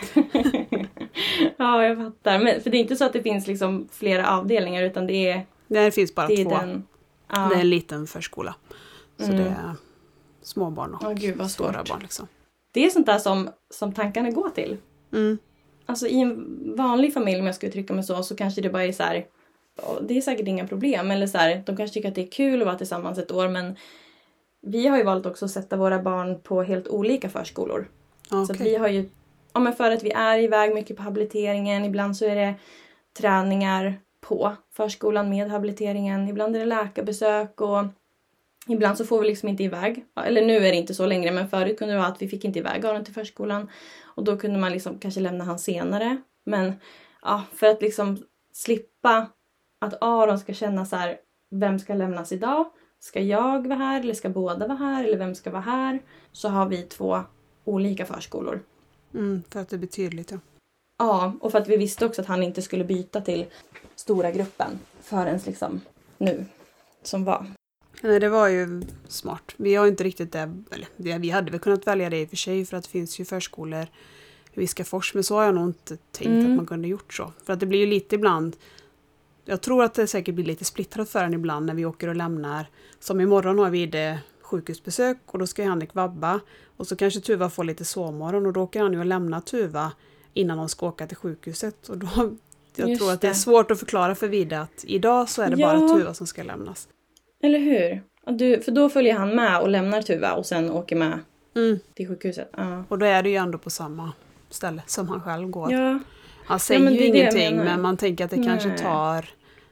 S1: Ja, jag fattar. Men, för det är inte så att det finns liksom flera avdelningar utan det är...
S2: Det finns bara 2. Det är en liten förskola. Så det är småbarn och stora barn liksom.
S1: Det är sånt där som tankarna går till. Alltså i en vanlig familj, om jag skulle trycka mig så kanske det bara är så här, det är säkert inga problem. Eller så här, de kanske tycker att det är kul att vara tillsammans ett år. Men vi har ju valt också att sätta våra barn på helt olika förskolor. Okay. Så att vi har ju, men för att vi är iväg mycket på habiliteringen. Ibland så är det träningar på förskolan med habiliteringen. Ibland är det läkarbesök och... Ibland så får vi liksom inte iväg. Eller nu är det inte så längre. Men förut kunde det vara att vi fick inte iväg Aron till förskolan. Och då kunde man liksom kanske lämna han senare. Men för att liksom slippa att Aron ska känna så här. Vem ska lämnas idag? Ska jag vara här? Eller ska båda vara här? Eller vem ska vara här? Så har vi 2 olika förskolor.
S2: För att det blir tydligt, ja.
S1: Ja, och för att vi visste också att han inte skulle byta till stora gruppen. Förrän liksom nu. Som var.
S2: Nej, det var ju smart. Vi har inte riktigt det, eller vi hade väl kunnat välja det i och för sig för att det finns ju förskolor i Viskafors, men så har jag nog inte tänkt att man kunde gjort så. För att det blir ju lite ibland, jag tror att det säkert blir lite splittrat för en ibland när vi åker och lämnar. Som imorgon har vi det sjukhusbesök och då ska Henrik vabba och så kanske Tuva får lite sovmorgon och då åker han ju och lämna Tuva innan de ska åka till sjukhuset. Och då, jag tror att det är svårt att förklara för Vida att idag så är det bara Tuva som ska lämnas.
S1: Eller hur? För då följer han med och lämnar Tuva och sen åker med till sjukhuset. Ja.
S2: Och då är det ju ändå på samma ställe som han själv går.
S1: Ja.
S2: Han säger ju ingenting men man tänker att det kanske tar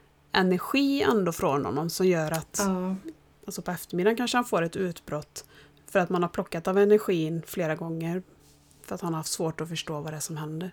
S2: energi ändå från honom som gör att alltså på eftermiddagen kanske han får ett utbrott för att man har plockat av energin flera gånger för att han har haft svårt att förstå vad det är som händer.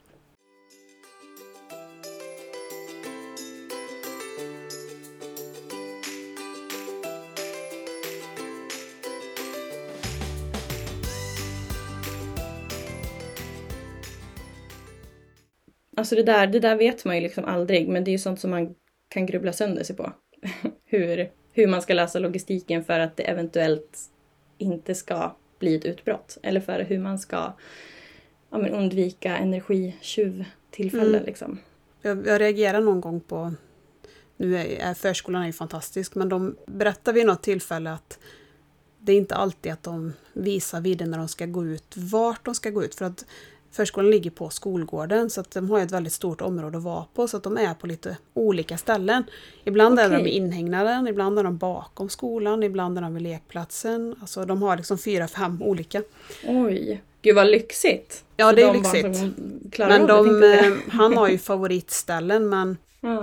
S1: Alltså det där vet man ju liksom aldrig. Men det är ju sånt som man kan grubbla sönder sig på. hur man ska lösa logistiken för att det eventuellt inte ska bli ett utbrott. Eller för hur man ska undvika energitjuvtillfällen liksom.
S2: Jag reagerar någon gång på, nu är förskolan är ju fantastisk, men de berättar vid något tillfälle att det är inte alltid att de visar vid när de ska gå ut, vart de ska gå ut. För att förskolan ligger på skolgården, så att de har ett väldigt stort område att vara på, så att de är på lite olika ställen. Ibland är de i inhägnaden, ibland är de bakom skolan, ibland är de vid lekplatsen. Alltså de har liksom 4-5 olika.
S1: Oj, gud vad lyxigt.
S2: Ja,
S1: så
S2: det är
S1: de
S2: lyxigt. Men han har ju favoritställen, men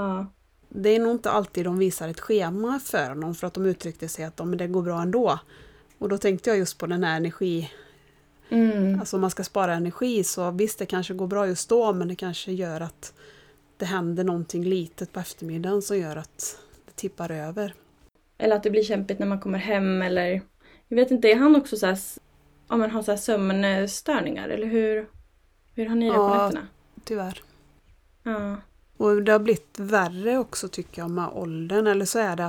S2: det är nog inte alltid de visar ett schema för honom, för att de uttryckte sig att det går bra ändå. Och då tänkte jag just på den här alltså om man ska spara energi, så visst det kanske går bra just då, men det kanske gör att det händer någonting litet på eftermiddagen som gör att det tippar över.
S1: Eller att det blir kämpigt när man kommer hem, eller jag vet inte, är han också så här, om man har så här sömnstörningar, eller hur har ni det på nätterna?
S2: Tyvärr.
S1: Ja.
S2: Och det har blivit värre också tycker jag med åldern, eller så är det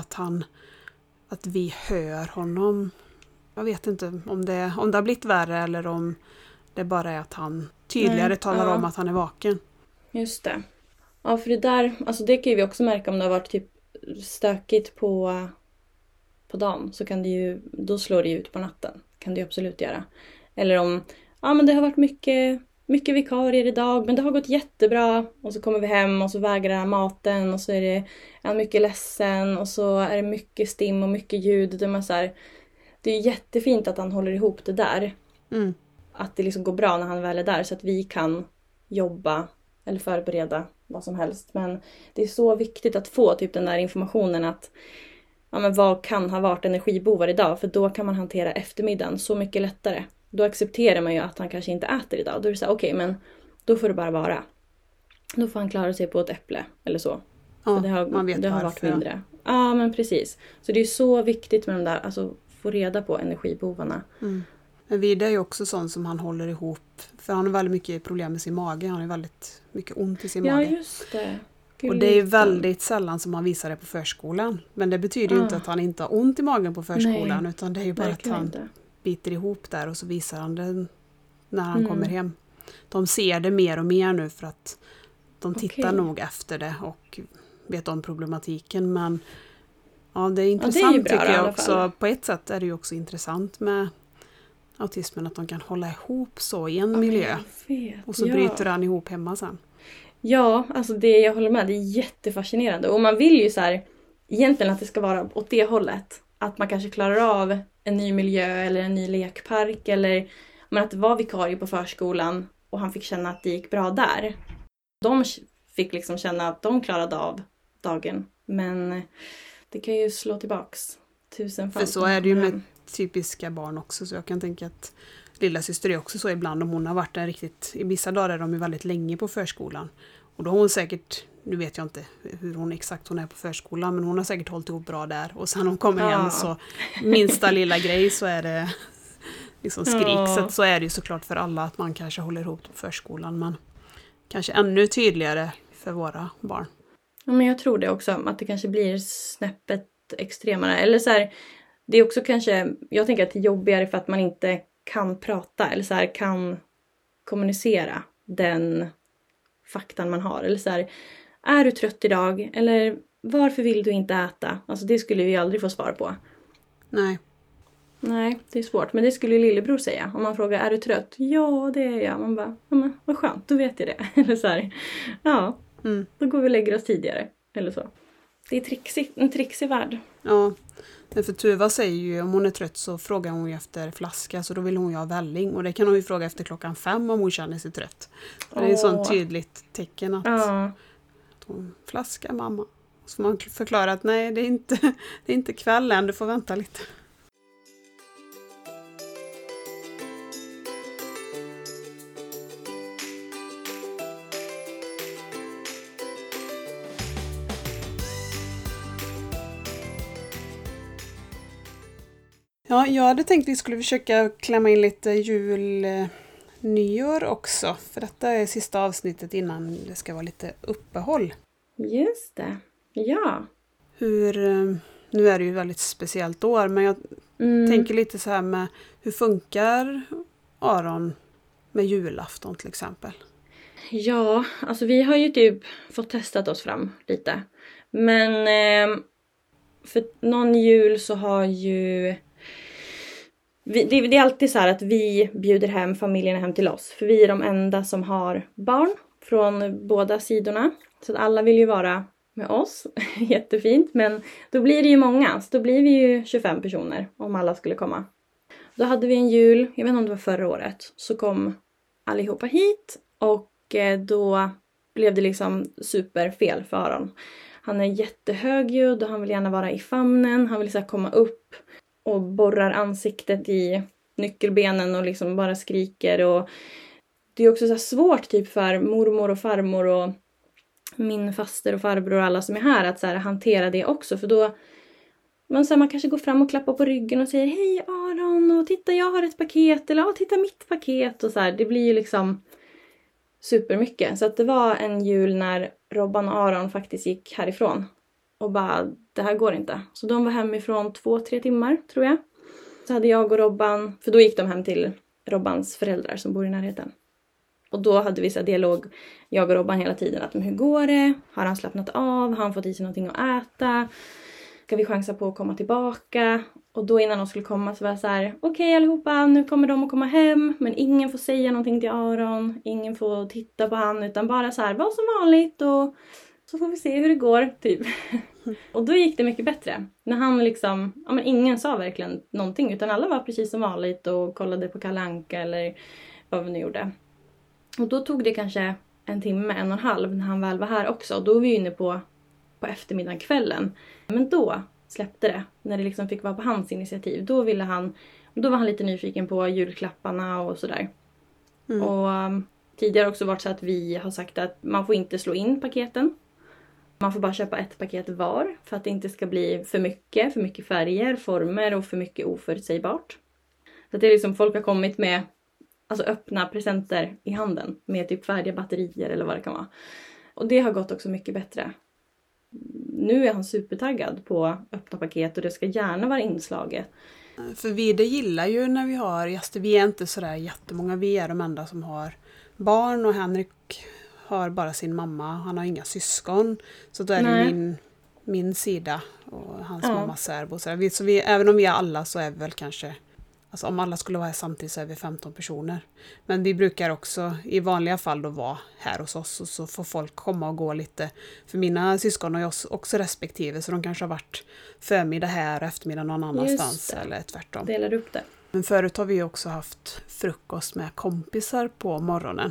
S2: att vi hör honom. Jag vet inte om det har blivit värre eller om det bara är att han tydligare talar om att han är vaken.
S1: Just det. Ja, för det där, alltså det kan ju vi också märka om det har varit typ stökigt på dagen, så kan det ju, då slår det ut på natten. Kan det ju absolut göra. Eller om, men det har varit mycket vikarier idag, men det har gått jättebra. Och så kommer vi hem och så vägrar han maten och så är han mycket ledsen och så är det mycket stim och mycket ljud. Det är jättefint att han håller ihop det där.
S2: Mm.
S1: Att det liksom går bra när han väl är där, så att vi kan jobba eller förbereda vad som helst. Men det är så viktigt att få typ den där informationen att men vad kan ha varit energibovar idag? För då kan man hantera eftermiddagen så mycket lättare. Då accepterar man ju att han kanske inte äter idag. Då är det så här, okej, men då får det bara vara. Då får han klara sig på ett äpple eller så.
S2: Ja,
S1: det har varit mindre. Ja, men precis. Så det är så viktigt med de där, alltså få reda på energibovarna.
S2: Mm. Men Vida är ju också sån som han håller ihop. För han har väldigt mycket problem med sin mage. Han har väldigt mycket ont i sin mage.
S1: Ja, just det.
S2: Och det är väldigt sällan som han visar det på förskolan. Men det betyder ju inte att han inte har ont i magen på förskolan. Nej, utan det är ju bara att han biter ihop där och så visar han det när han kommer hem. De ser det mer och mer nu för att de tittar nog efter det och vet om problematiken. Men ja, det är intressant, det är bra, tycker jag också. På ett sätt är det ju också intressant med autismen att de kan hålla ihop så i en miljö. Och så bryter han ihop hemma sen.
S1: Ja, alltså jag håller med. Det är jättefascinerande. Och man vill ju så här, egentligen att det ska vara åt det hållet. Att man kanske klarar av en ny miljö eller en ny lekpark. Eller men att det var vikarie på förskolan och han fick känna att det gick bra där. De fick liksom känna att de klarade av dagen. Men det kan ju slå tillbaks 1000 fall.
S2: För så är det ju med typiska barn också. Så jag kan tänka att lilla syster är också så ibland, om hon har varit där riktigt, i vissa dagar är de ju väldigt länge på förskolan. Och då har hon säkert, nu vet jag inte hur hon exakt hon är på förskolan, men hon har säkert hållit ihop bra där. Och sen när hon kommer hem så minsta lilla grej så är det liksom skrik. Så är det ju såklart för alla att man kanske håller ihop på förskolan, men kanske ännu tydligare för våra barn.
S1: Ja, men jag tror det också, att det kanske blir snäppet extremare. Eller så här, det är också kanske, jag tänker att det är jobbigare för att man inte kan prata eller så här, kan kommunicera den faktan man har. Eller så här, är du trött idag? Eller varför vill du inte äta? Alltså det skulle vi aldrig få svar på. Nej, det är svårt. Men det skulle ju lillebror säga. Om man frågar, är du trött? Ja, det är jag. Man bara, ja, men vad skönt, då vet jag det. Eller så här, då går vi och lägger oss tidigare. Eller så. Det är en trixig värld.
S2: Ja, för Tuva säger ju, om hon är trött så frågar hon ju efter flaska, så då vill hon ju ha välling. Och det kan hon ju fråga efter 5:00 om hon känner sig trött. Det är ett sånt tydligt tecken att hon flaska mamma. Så får man förklara att nej, det är inte kväll än, du får vänta lite. Ja, jag hade tänkt att vi skulle försöka klämma in lite nyår också. För detta är sista avsnittet innan det ska vara lite uppehåll.
S1: Just det, ja.
S2: Nu är det ju ett väldigt speciellt år, men jag tänker lite så här med hur funkar Aron med julafton till exempel?
S1: Ja, alltså vi har ju typ fått testat oss fram lite. Men för någon jul så har ju... Det är alltid så här att vi bjuder hem familjerna hem till oss. För vi är de enda som har barn från båda sidorna. Så att alla vill ju vara med oss. Jättefint. Men då blir det ju många. Så då blir vi ju 25 personer om alla skulle komma. Då hade vi en jul, jag vet inte om det var förra året. Så kom allihopa hit. Och då blev det liksom superfel för Aron. Han är jättehögljudd och han vill gärna vara i famnen. Han vill så här komma upp och borrar ansiktet i nyckelbenen och liksom bara skriker. Och det är också så här svårt typ för mormor och farmor och min faster och farbror och alla som är här att så här hantera det också. För då man kanske går fram och klappar på ryggen och säger hej Aron och titta jag har ett paket eller titta mitt paket och så här. Det blir ju liksom supermycket. Så att det var en jul när Robban och Aron faktiskt gick härifrån. Och bara, det här går inte. Så de var hemifrån 2-3 timmar, tror jag. Så hade jag och Robban, för då gick de hem till Robbans föräldrar som bor i närheten. Och då hade vi så här dialog, jag och Robban hela tiden. Att, men hur går det? Har han slappnat av? Har han fått i sig någonting att äta? Ska vi chansa på att komma tillbaka? Och då innan de skulle komma så var jag så här, okej allihopa, nu kommer de att komma hem. Men ingen får säga någonting till Aron. Ingen får titta på han, utan bara så här, var som vanligt och så får vi se hur det går, typ. Och då gick det mycket bättre. När han liksom, ja men ingen sa verkligen någonting, utan alla var precis som vanligt och kollade på Kalle Anka eller vad vi nu gjorde. Och då tog det kanske 1 timme, 1,5 när han väl var här också. Och då var vi inne på eftermiddagen, kvällen. Men då släppte det, när det liksom fick vara på hans initiativ. Då var han lite nyfiken på julklapparna och sådär. Och tidigare också varit så att vi har sagt att man får inte slå in paketen. Man får bara köpa ett paket var för att det inte ska bli för mycket färger, former och för mycket oförutsägbart. Så att det är liksom folk har kommit med alltså öppna presenter i handen med typ färdiga batterier eller vad det kan vara. Och det har gått också mycket bättre. Nu är han supertaggad på öppna paket och det ska gärna vara inslaget.
S2: För det gillar ju när vi har gäster. Vi är inte sådär jättemånga. Vi är de enda som har barn och Henrik har bara sin mamma. Han har inga syskon. Så då är det min sida och hans mammas särbo. Så även om vi är alla så är vi väl kanske... Alltså om alla skulle vara här samtidigt så är vi 15 personer. Men vi brukar också i vanliga fall då vara här hos oss. Och så får folk komma och gå lite. För mina syskon har ju också respektive. Så de kanske har varit förmiddag här och eftermiddag någon annanstans. Eller tvärtom.
S1: Delar upp det.
S2: Men förut har vi också haft frukost med kompisar på morgonen.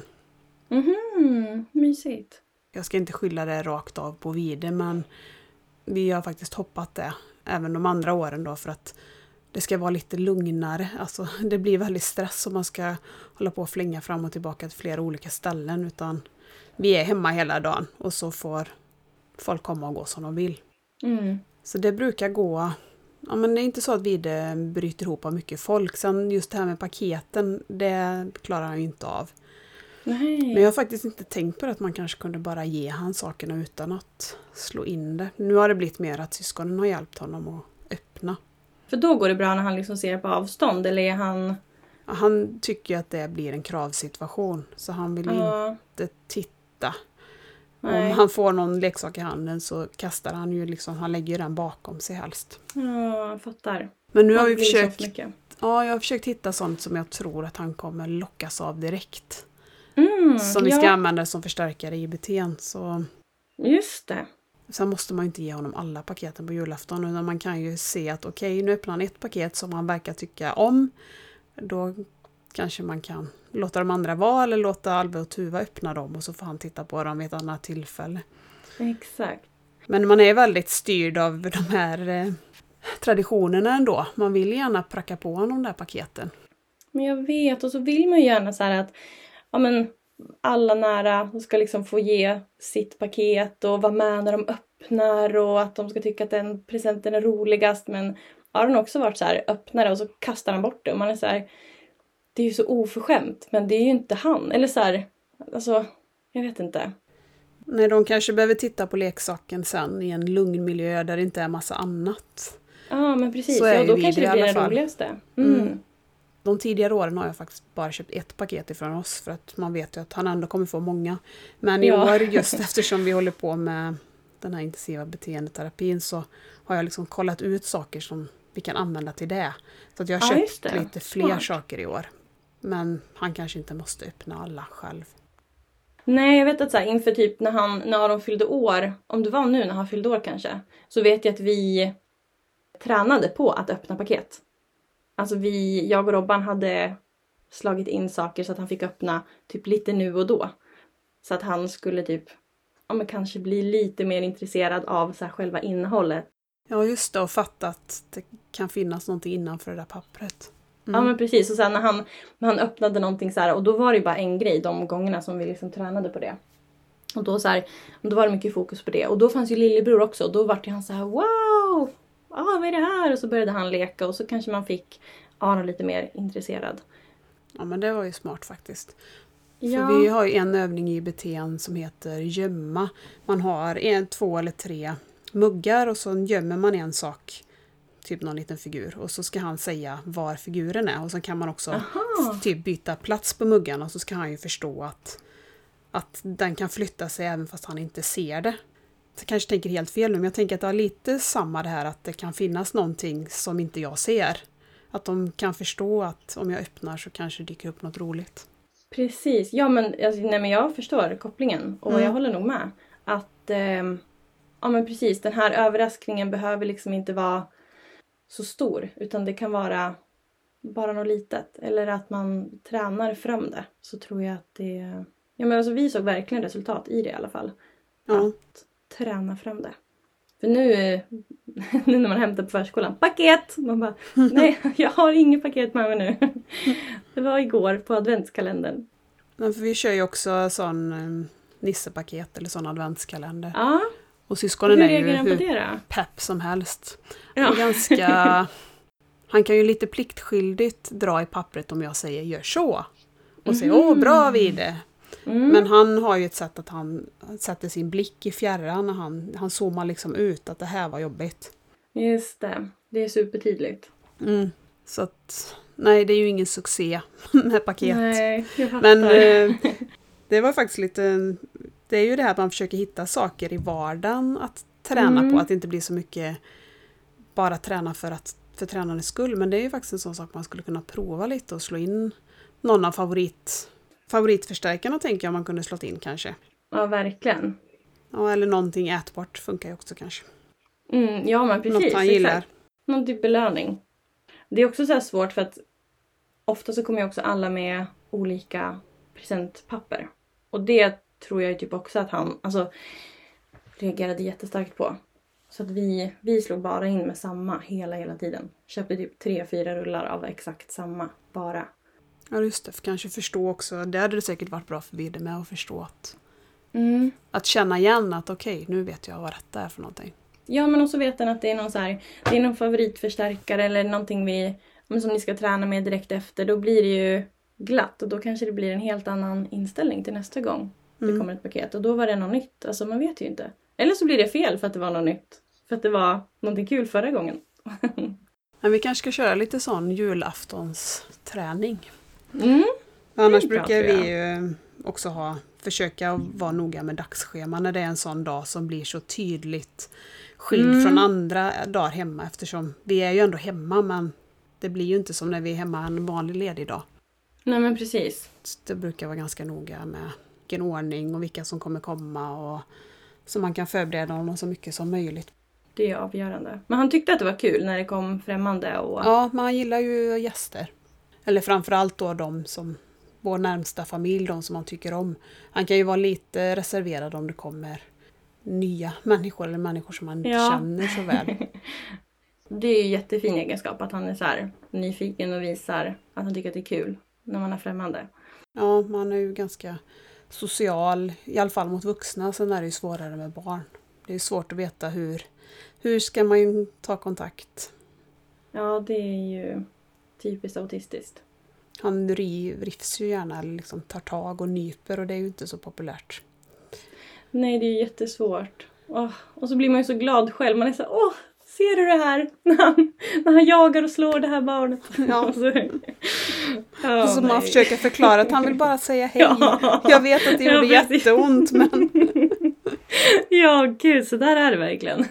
S1: Mysigt.
S2: Jag ska inte skylla det rakt av på Vide. Men vi har faktiskt hoppat det. Även de andra åren då för att... Det ska vara lite lugnare. Alltså, det blir väldigt stress om man ska hålla på och flänga fram och tillbaka till flera olika ställen. Utan vi är hemma hela dagen och så får folk komma och gå som de vill. Så det brukar gå... Ja, men det är inte så att vi bryter ihop av mycket folk. Sen just det här med paketen, det klarar han ju inte av.
S1: Nej.
S2: Men jag har faktiskt inte tänkt på det, att man kanske kunde bara ge han sakerna utan att slå in det. Nu har det blivit mer att syskonen har hjälpt honom att öppna. För
S1: då går det bra när han liksom ser på avstånd, eller är han...
S2: Ja, han tycker att det blir en kravsituation, så han vill inte titta. Nej. Om han får någon leksak i handen så kastar han ju liksom, han lägger den bakom sig helst.
S1: Ja, jag fattar.
S2: Men nu har vi försökt... Ja, jag har försökt hitta sånt som jag tror att han kommer lockas av direkt. Som vi ska använda som förstärkare i IBT:n. Så...
S1: Just det.
S2: Sen måste man inte ge honom alla paketen på julafton. Utan man kan ju se att okej, nu öppnar han ett paket som han verkar tycka om. Då kanske man kan låta de andra vara eller låta Alve och Tuva öppna dem. Och så får han titta på dem vid ett annat tillfälle.
S1: Exakt.
S2: Men man är väldigt styrd av de här traditionerna ändå. Man vill gärna pracka på honom de där paketen.
S1: Men jag vet, och så vill man ju gärna så här att... Ja, men alla nära ska liksom få ge sitt paket och vara med när de öppnar och att de ska tycka att den presenten är roligast. Men har han också varit så här, öppnare och så kastar han bort det och man är så här, det är ju så oförskämt, men det är ju inte han. Eller så här, alltså, jag vet inte.
S2: Nej, de kanske behöver titta på leksaken sen i en lugn miljö där det inte är massa annat.
S1: Ja, men precis. Så ja, då kanske det blir det roligaste.
S2: De tidigare åren har jag faktiskt bara köpt ett paket ifrån oss för att man vet ju att han ändå kommer få många. Men i år, just eftersom vi håller på med den här intensiva beteendeterapin, så har jag liksom kollat ut saker som vi kan använda till det. Så att jag har köpt lite fler saker i år. Men han kanske inte måste öppna alla själv.
S1: Nej, jag vet att så här, inför typ när Aron fyllde år, om det var nu när han fyllde år kanske, så vet jag att vi tränade på att öppna paket. Alltså jag och Robban hade slagit in saker så att han fick öppna typ lite nu och då. Så att han skulle typ, men kanske bli lite mer intresserad av så här, själva innehållet.
S2: Ja, just det, och fatta att det kan finnas någonting innanför det där pappret.
S1: Ja, men precis. Och sen när han öppnade någonting så här, och då var det bara en grej de gångerna som vi liksom tränade på det. Och då så här, då var det mycket fokus på det. Och då fanns ju lillebror också. Och då var det han så här, wow! Vad är det här? Och så började han leka och så kanske man fick Aron lite mer intresserad.
S2: Ja, men det var ju smart faktiskt.
S1: Ja.
S2: För vi har ju en övning i beteende som heter gömma. Man har 2 eller 3 muggar och så gömmer man en sak, typ någon liten figur. Och så ska han säga var figuren är. Och så kan man också typ byta plats på muggarna. Och så ska han ju förstå att den kan flytta sig även fast han inte ser det. Jag kanske tänker helt fel nu, men jag tänker att det är lite samma det här att det kan finnas någonting som inte jag ser. Att de kan förstå att om jag öppnar så kanske det dyker upp något roligt.
S1: Precis, ja men, men jag förstår kopplingen och jag håller nog med. Att, ja men precis, den här överraskningen behöver liksom inte vara så stor. Utan det kan vara bara något litet. Eller att man tränar fram det. Så tror jag att det, ja men alltså vi såg verkligen resultat i det i alla fall.
S2: Ja.
S1: Att träna fram det. För nu när man hämtar på förskolan, paket! Man bara, nej jag har inget paket med mig nu. Det var igår på adventskalendern.
S2: Men för vi kör ju också sån nissepaket eller sån adventskalender.
S1: Ja.
S2: Och syskonen är ju
S1: hur
S2: pepp som helst.
S1: Ja.
S2: Ganska, han kan ju lite pliktskyldigt dra i pappret om jag säger gör så. Och säger bra vid det. Men han har ju ett sätt att han sätter sin blick i fjärran när han zoomar liksom ut att det här var jobbigt.
S1: Just det. Det är supertydligt.
S2: Så att, nej det är ju ingen succé med paket.
S1: Nej, jag fattar.
S2: Men det var faktiskt lite, det är ju det här att man försöker hitta saker i vardagen att träna på. Att det inte blir så mycket bara träna för tränandets skull. Men det är ju faktiskt en sån sak man skulle kunna prova lite och slå in någon av favoritförstärkarna tänker jag man kunde slå in kanske.
S1: Ja, verkligen.
S2: Ja, eller någonting ätbart funkar ju också kanske.
S1: Ja, men precis.
S2: Något han gillar.
S1: Någon typ belöning. Det är också så här svårt för att ofta så kommer ju också alla med olika presentpapper. Och det tror jag typ också att han reagerade jättestarkt på. Så att vi slog bara in med samma hela tiden. Köpte typ 3-4 rullar av exakt samma bara.
S2: Ja just det, för kanske förstå också. Det hade det säkert varit bra för Vidde med att förstå att känna igen att okej, nu vet jag vad rätt är för någonting.
S1: Ja, men också vet den att det är någon så här, det är någon favoritförstärkare eller någonting som ni ska träna med direkt efter. Då blir det ju glatt och då kanske det blir en helt annan inställning till nästa gång det kommer ett paket. Och då var det något nytt. Alltså man vet ju inte. Eller så blir det fel för att det var något nytt. För att det var någonting kul förra gången.
S2: Men vi kanske ska köra lite sån julaftonsträning. Annars brukar vi ju också försöka vara noga med dagsschema när det är en sån dag som blir så tydligt skild från andra dagar hemma. Eftersom vi är ju ändå hemma men det blir ju inte som när vi är hemma en vanlig ledig dag.
S1: Nej men precis.
S2: Det brukar vara ganska noga med vilken ordning och vilka som kommer komma och så man kan förbereda honom så mycket som möjligt.
S1: Det är avgörande. Men han tyckte att det var kul när det kom främmande.
S2: Ja, men han gillar ju gäster. Eller framförallt då de som vår närmsta familj, de som man tycker om. Han kan ju vara lite reserverad om det kommer nya människor eller människor som man inte känner så väl.
S1: Det är ju jättefin egenskap att han är så här nyfiken och visar att han tycker att det är kul när man är främmande.
S2: Ja, man är ju ganska social, i alla fall mot vuxna. Sen är det ju svårare med barn. Det är svårt att veta hur ska man ta kontakt.
S1: Ja, det är ju typiskt autistiskt.
S2: Han rivs ju gärna eller liksom tar tag och nyper och det är ju inte så populärt.
S1: Nej, det är jättesvårt. Och så blir man ju så glad själv. Man är så ser du det här? När han jagar och slår det här barnet.
S2: Ja.
S1: Och
S2: Och så man försöker förklara att han vill bara säga hej.
S1: Ja.
S2: Jag vet att det gjorde jätteont, men...
S1: Ja, gud, så där är det verkligen.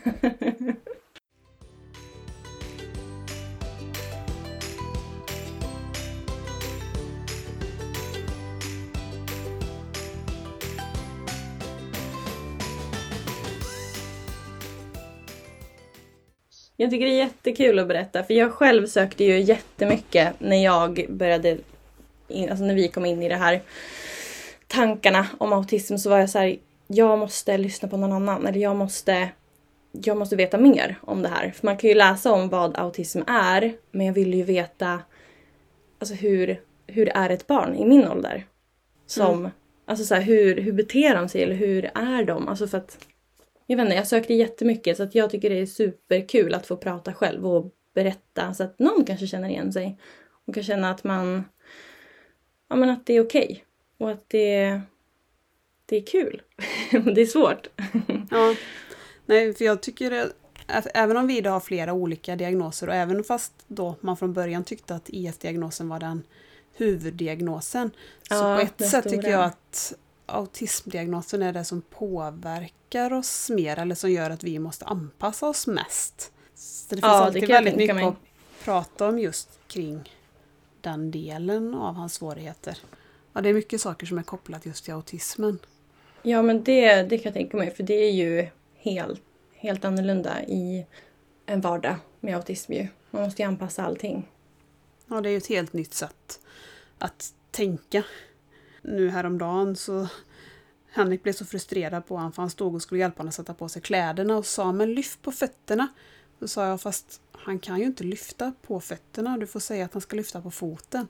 S1: Jag tycker det är jättekul att berätta, för jag själv sökte ju jättemycket när jag började, alltså när vi kom in i det här tankarna om autism, så var jag så här, jag måste lyssna på någon annan, eller jag måste veta mer om det här. För man kan ju läsa om vad autism är, men jag vill ju veta alltså hur är ett barn i min ålder? Alltså så här, hur beter de sig, eller hur är de? Alltså för att jag vet inte, jag sökte jättemycket, så att jag tycker det är superkul att få prata själv och berätta, så att någon kanske känner igen sig och kan känna att att det är okej och att det är kul. Det är svårt.
S2: Ja, nej, för jag tycker att även om vi idag har flera olika diagnoser, och även fast då man från början tyckte att IS-diagnosen var den huvuddiagnosen, så på ett sätt tycker jag att autismdiagnosen är det som påverkar oss mer, eller som gör att vi måste anpassa oss mest. Så det finns alltid väldigt mycket att prata om just kring den delen av hans svårigheter. Ja, det är mycket saker som är kopplat just till autismen.
S1: Ja, men det kan jag tänka mig, för det är ju helt annorlunda i en vardag med autism ju. Man måste ju anpassa allting.
S2: Ja, det är ju ett helt nytt sätt att tänka. Nu häromdagen så Henrik blev så frustrerad på honom, för han stod och skulle hjälpa honom att sätta på sig kläderna och sa, men lyft på fötterna. Då sa jag, fast han kan ju inte lyfta på fötterna, du får säga att han ska lyfta på foten.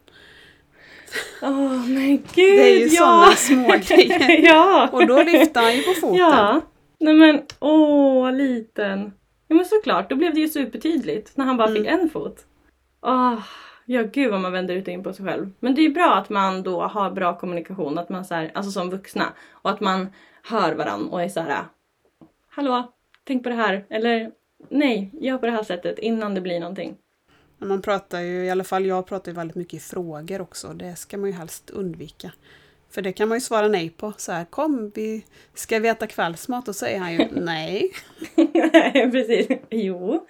S1: Men gud,
S2: det är ju sådana små grejer.
S1: Ja.
S2: Och då lyfte han ju på foten.
S1: Ja, nej men liten. Ja, men såklart, då blev det ju supertydligt när han bara fick en fot. Ja, gud vad man vänder ut och in på sig själv. Men det är ju bra att man då har bra kommunikation, att man så här, alltså som vuxna, och att man hör varann och är så här: hallå, tänk på det här, eller nej, gör på det här sättet innan det blir någonting.
S2: Man pratar ju, i alla fall jag pratar ju väldigt mycket i frågor också. Det ska man ju helst undvika. För det kan man ju svara nej på. Så här, ska vi äta kvällsmat? Och så säger han ju nej.
S1: Nej, precis. Jo.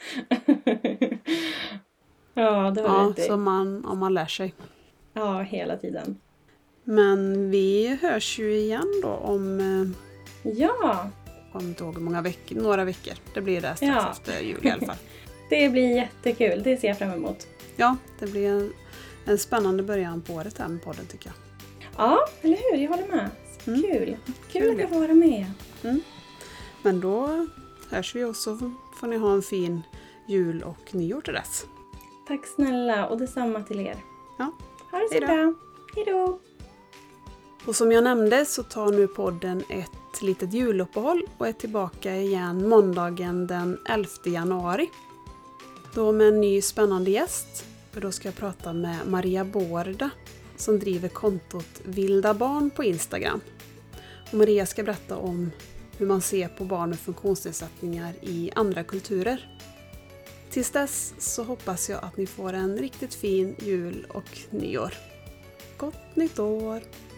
S1: Ja, det var det.
S2: Så om man lär sig.
S1: Ja, hela tiden.
S2: Men vi hörs ju igen då om...
S1: Ja.
S2: Jag kommer inte ihåg hur många veckor. Några veckor. Det blir det strax efter jul i alla fall.
S1: Det blir jättekul. Det ser jag fram emot.
S2: Ja, det blir en spännande början på året här med podden, tycker jag.
S1: Ja, eller hur? Jag håller med. Kul. Kul att jag får vara med.
S2: Men då hörs vi, och så får ni ha en fin jul och nyår till dess.
S1: Tack snälla, och detsamma till er.
S2: Ja.
S1: Ha det så bra. Hej då.
S2: Och som jag nämnde så tar nu podden ett litet juluppehåll och är tillbaka igen måndagen den 11 januari. Då med en ny spännande gäst. För då ska jag prata med Maria Borda som driver kontot Vilda Barn på Instagram. Och Maria ska berätta om hur man ser på barn med funktionsnedsättningar i andra kulturer. Tills dess så hoppas jag att ni får en riktigt fin jul och nyår. Gott nytt år!